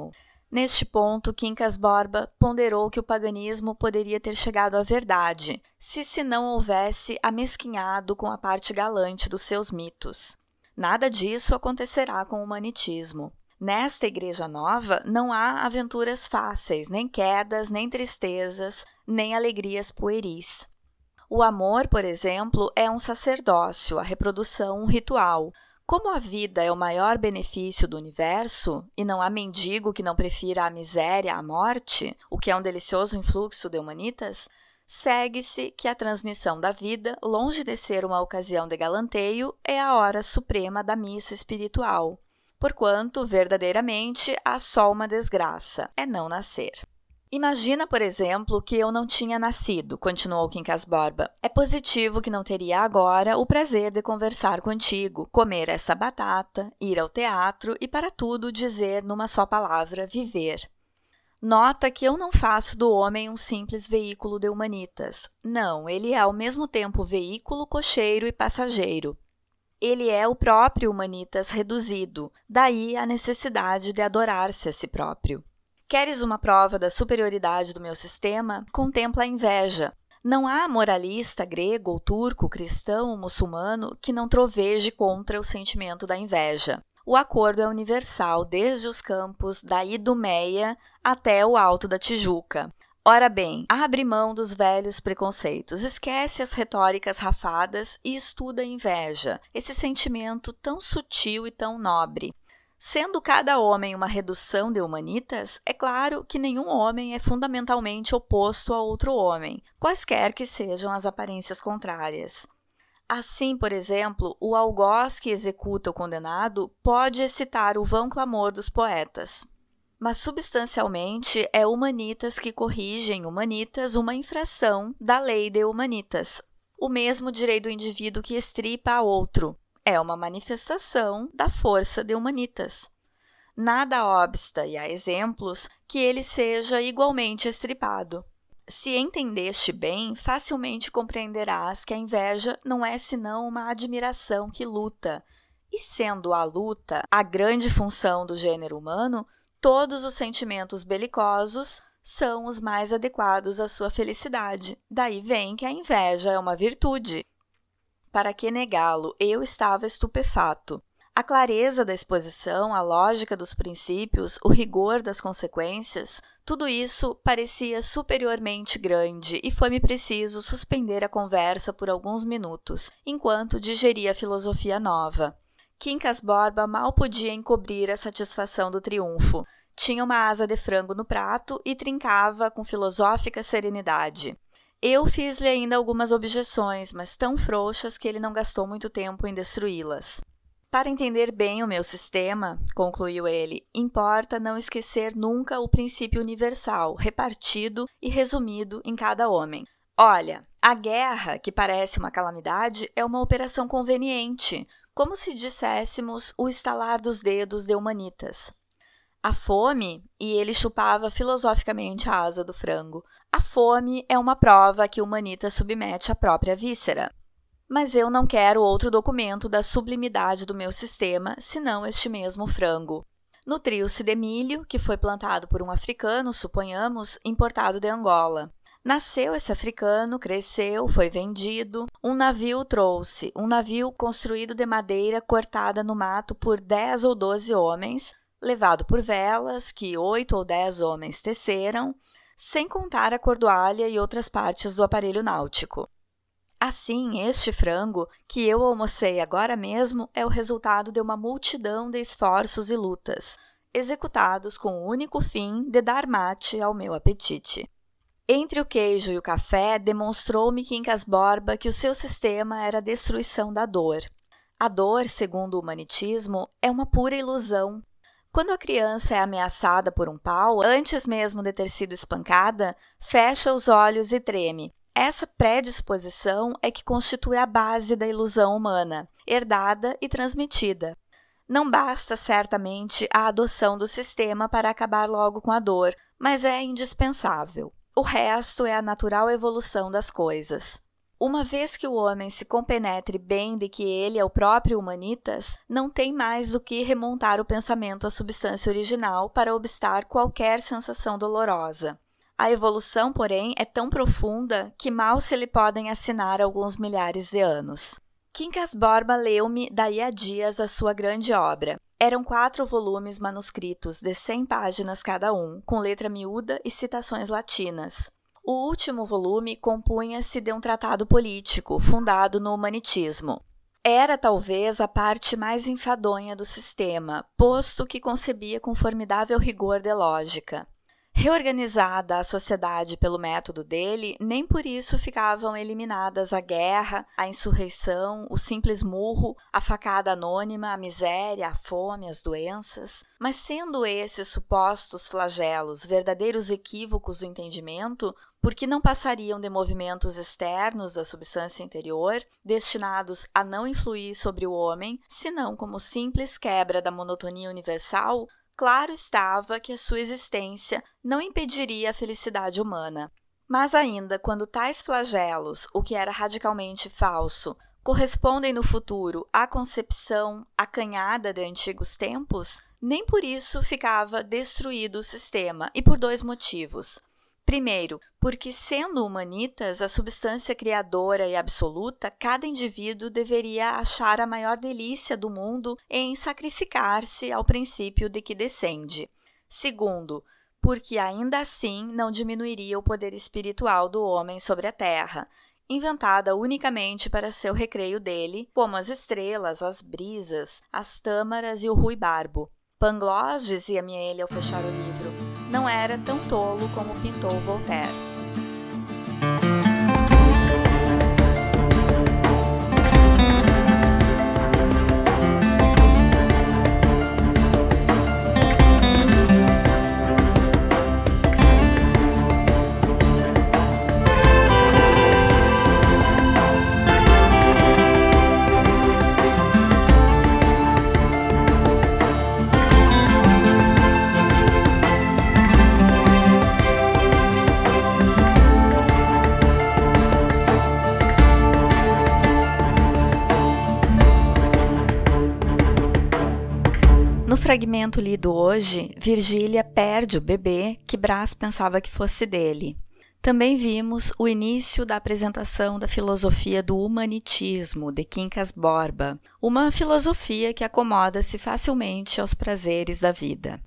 Neste ponto, Quincas Borba ponderou que o paganismo poderia ter chegado à verdade, se não houvesse amesquinhado com a parte galante dos seus mitos. Nada disso acontecerá com o humanitismo. Nesta Igreja Nova não há aventuras fáceis, nem quedas, nem tristezas, nem alegrias pueris. O amor, por exemplo, é um sacerdócio, a reprodução um ritual. Como a vida é o maior benefício do universo, e não há mendigo que não prefira a miséria à morte, o que é um delicioso influxo de humanitas, segue-se que a transmissão da vida, longe de ser uma ocasião de galanteio, é a hora suprema da missa espiritual, porquanto, verdadeiramente, há só uma desgraça, é não nascer. Imagina, por exemplo, que eu não tinha nascido, continuou Quincas Borba. É positivo que não teria agora o prazer de conversar contigo, comer essa batata, ir ao teatro e, para tudo, dizer numa só palavra, viver. Nota que eu não faço do homem um simples veículo de humanitas. Não, ele é ao mesmo tempo veículo, cocheiro e passageiro. Ele é o próprio humanitas reduzido, daí a necessidade de adorar-se a si próprio. Queres uma prova da superioridade do meu sistema? Contempla a inveja. Não há moralista grego ou turco, cristão ou muçulmano que não troveje contra o sentimento da inveja. O acordo é universal desde os campos da Idumeia até o Alto da Tijuca. Ora bem, abre mão dos velhos preconceitos, esquece as retóricas rafadas e estuda a inveja, esse sentimento tão sutil e tão nobre. Sendo cada homem uma redução de humanitas, é claro que nenhum homem é fundamentalmente oposto a outro homem, quaisquer que sejam as aparências contrárias. Assim, por exemplo, o algoz que executa o condenado pode excitar o vão clamor dos poetas. Mas, substancialmente, é humanitas que corrigem humanitas uma infração da lei de humanitas. O mesmo direi do indivíduo que estripa a outro. É uma manifestação da força de humanitas. Nada obsta, e há exemplos, que ele seja igualmente estripado. Se entendeste bem, facilmente compreenderás que a inveja não é senão uma admiração que luta. E sendo a luta a grande função do gênero humano, todos os sentimentos belicosos são os mais adequados à sua felicidade. Daí vem que a inveja é uma virtude. Para que negá-lo? Eu estava estupefato. A clareza da exposição, a lógica dos princípios, o rigor das consequências, tudo isso parecia superiormente grande e foi-me preciso suspender a conversa por alguns minutos, enquanto digeria a filosofia nova. Quincas Borba mal podia encobrir a satisfação do triunfo. Tinha uma asa de frango no prato e trincava com filosófica serenidade. Eu fiz-lhe ainda algumas objeções, mas tão frouxas que ele não gastou muito tempo em destruí-las. Para entender bem o meu sistema, concluiu ele, importa não esquecer nunca o princípio universal, repartido e resumido em cada homem. Olha, a guerra, que parece uma calamidade, é uma operação conveniente, como se disséssemos o estalar dos dedos de humanitas. A fome, e ele chupava filosoficamente a asa do frango, a fome é uma prova que o humanita submete à própria víscera. Mas eu não quero outro documento da sublimidade do meu sistema, senão este mesmo frango. Nutriu-se de milho, que foi plantado por um africano, suponhamos, importado de Angola. Nasceu esse africano, cresceu, foi vendido. Um navio trouxe, um navio construído de madeira cortada no mato por 10 ou 12 homens, levado por velas que 8 ou 10 homens teceram, sem contar a cordoalha e outras partes do aparelho náutico. Assim, este frango, que eu almocei agora mesmo, é o resultado de uma multidão de esforços e lutas, executados com o único fim de dar mate ao meu apetite. Entre o queijo e o café, demonstrou-me Quincas Borba que o seu sistema era a destruição da dor. A dor, segundo o humanitismo, é uma pura ilusão. Quando a criança é ameaçada por um pau, antes mesmo de ter sido espancada, fecha os olhos e treme. Essa predisposição é que constitui a base da ilusão humana, herdada e transmitida. Não basta, certamente, a adoção do sistema para acabar logo com a dor, mas é indispensável. O resto é a natural evolução das coisas. Uma vez que o homem se compenetre bem de que ele é o próprio humanitas, não tem mais do que remontar o pensamento à substância original para obstar qualquer sensação dolorosa. A evolução, porém, é tão profunda que mal se lhe podem assinar alguns milhares de anos. Quincas Borba leu-me daí a dias a sua grande obra. Eram 4 volumes manuscritos de 100 páginas cada um, com letra miúda e citações latinas. O último volume compunha-se de um tratado político, fundado no humanitismo. Era talvez a parte mais enfadonha do sistema, posto que concebia com formidável rigor de lógica. Reorganizada a sociedade pelo método dele, nem por isso ficavam eliminadas a guerra, a insurreição, o simples murro, a facada anônima, a miséria, a fome, as doenças. Mas sendo esses supostos flagelos verdadeiros equívocos do entendimento, porque não passariam de movimentos externos da substância interior, destinados a não influir sobre o homem, senão como simples quebra da monotonia universal, claro estava que a sua existência não impediria a felicidade humana. Mas ainda quando tais flagelos, o que era radicalmente falso, correspondem no futuro à concepção acanhada de antigos tempos, nem por isso ficava destruído o sistema, e por 2 motivos. Primeiro, porque sendo humanitas, a substância criadora e absoluta, cada indivíduo deveria achar a maior delícia do mundo em sacrificar-se ao princípio de que descende. Segundo, porque ainda assim não diminuiria o poder espiritual do homem sobre a terra, inventada unicamente para seu recreio dele, como as estrelas, as brisas, as tâmaras e o ruibarbo. Pangloss, dizia-me ele ao fechar o livro, não era tão tolo como pintou Voltaire. No fragmento lido hoje, Virgília perde o bebê que Brás pensava que fosse dele. Também vimos o início da apresentação da filosofia do humanitismo, de Quincas Borba, uma filosofia que acomoda-se facilmente aos prazeres da vida.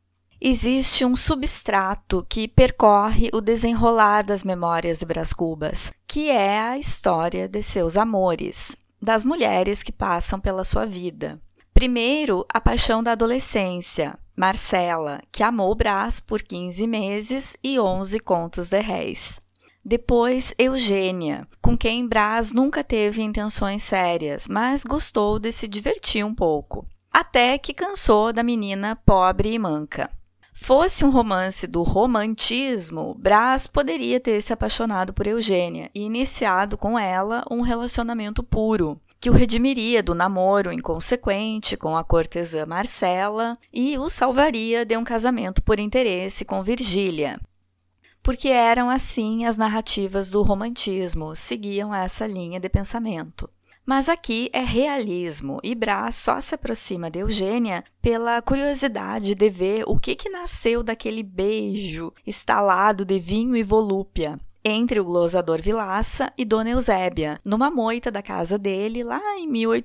Existe um substrato que percorre o desenrolar das memórias de Brás Cubas, que é a história de seus amores, das mulheres que passam pela sua vida. Primeiro, a paixão da adolescência, Marcela, que amou Brás por 15 meses e 11 contos de réis. Depois, Eugênia, com quem Brás nunca teve intenções sérias, mas gostou de se divertir um pouco. Até que cansou da menina pobre e manca. Fosse um romance do romantismo, Brás poderia ter se apaixonado por Eugênia e iniciado com ela um relacionamento puro, que o redimiria do namoro inconsequente com a cortesã Marcela e o salvaria de um casamento por interesse com Virgília. Porque eram assim as narrativas do romantismo, seguiam essa linha de pensamento. Mas aqui é realismo e Brás só se aproxima de Eugênia pela curiosidade de ver o que nasceu daquele beijo estalado de vinho e volúpia entre o glosador Vilaça e Dona Eusébia, numa moita da casa dele lá em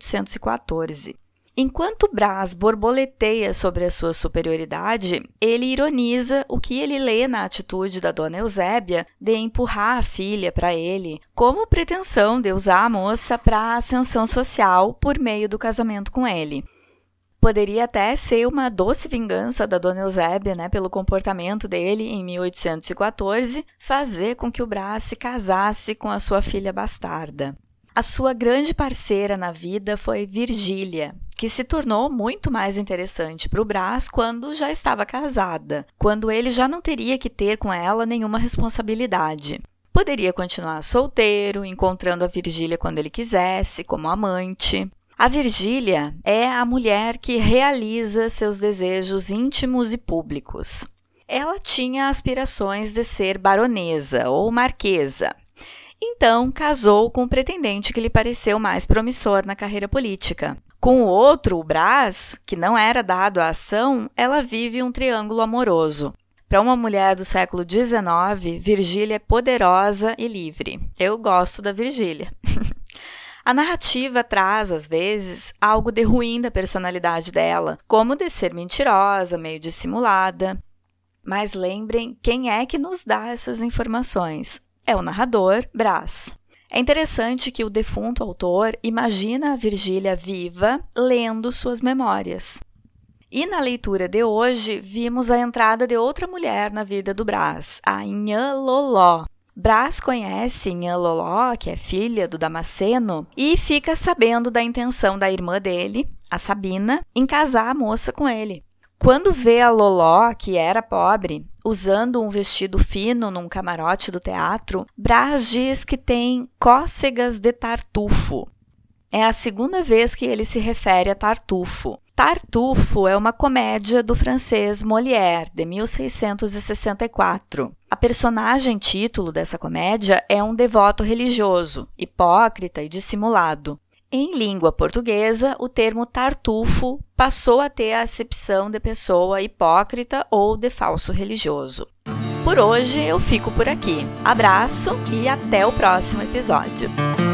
1814. Enquanto Brás borboleteia sobre a sua superioridade, ele ironiza o que ele lê na atitude da Dona Eusébia de empurrar a filha para ele, como pretensão de usar a moça para a ascensão social por meio do casamento com ele. Poderia até ser uma doce vingança da Dona Eusébia, pelo comportamento dele em 1814, fazer com que o Brás se casasse com a sua filha bastarda. A sua grande parceira na vida foi Virgília, que se tornou muito mais interessante para o Brás quando já estava casada, quando ele já não teria que ter com ela nenhuma responsabilidade. Poderia continuar solteiro, encontrando a Virgília quando ele quisesse, como amante. A Virgília é a mulher que realiza seus desejos íntimos e públicos. Ela tinha aspirações de ser baronesa ou marquesa, Então, casou com o pretendente que lhe pareceu mais promissor na carreira política. Com o outro, o Brás, que não era dado à ação, ela vive um triângulo amoroso. Para uma mulher do século XIX, Virgília é poderosa e livre. Eu gosto da Virgília. A narrativa traz, às vezes, algo de ruim da personalidade dela, como de ser mentirosa, meio dissimulada. Mas lembrem quem é que nos dá essas informações. É o narrador, Brás. É interessante que o defunto autor imagina a Virgília viva, lendo suas memórias. E na leitura de hoje, vimos a entrada de outra mulher na vida do Brás, a Inhã Loló. Brás conhece Inhã Loló, que é filha do Damasceno, e fica sabendo da intenção da irmã dele, a Sabina, em casar a moça com ele. Quando vê a Loló, que era pobre, usando um vestido fino num camarote do teatro, Brás diz que tem cócegas de Tartufo. É a segunda vez que ele se refere a Tartufo. Tartufo é uma comédia do francês Molière, de 1664. A personagem título dessa comédia é um devoto religioso, hipócrita e dissimulado. Em língua portuguesa, o termo tartufo passou a ter a acepção de pessoa hipócrita ou de falso religioso. Por hoje eu fico por aqui. Abraço e até o próximo episódio.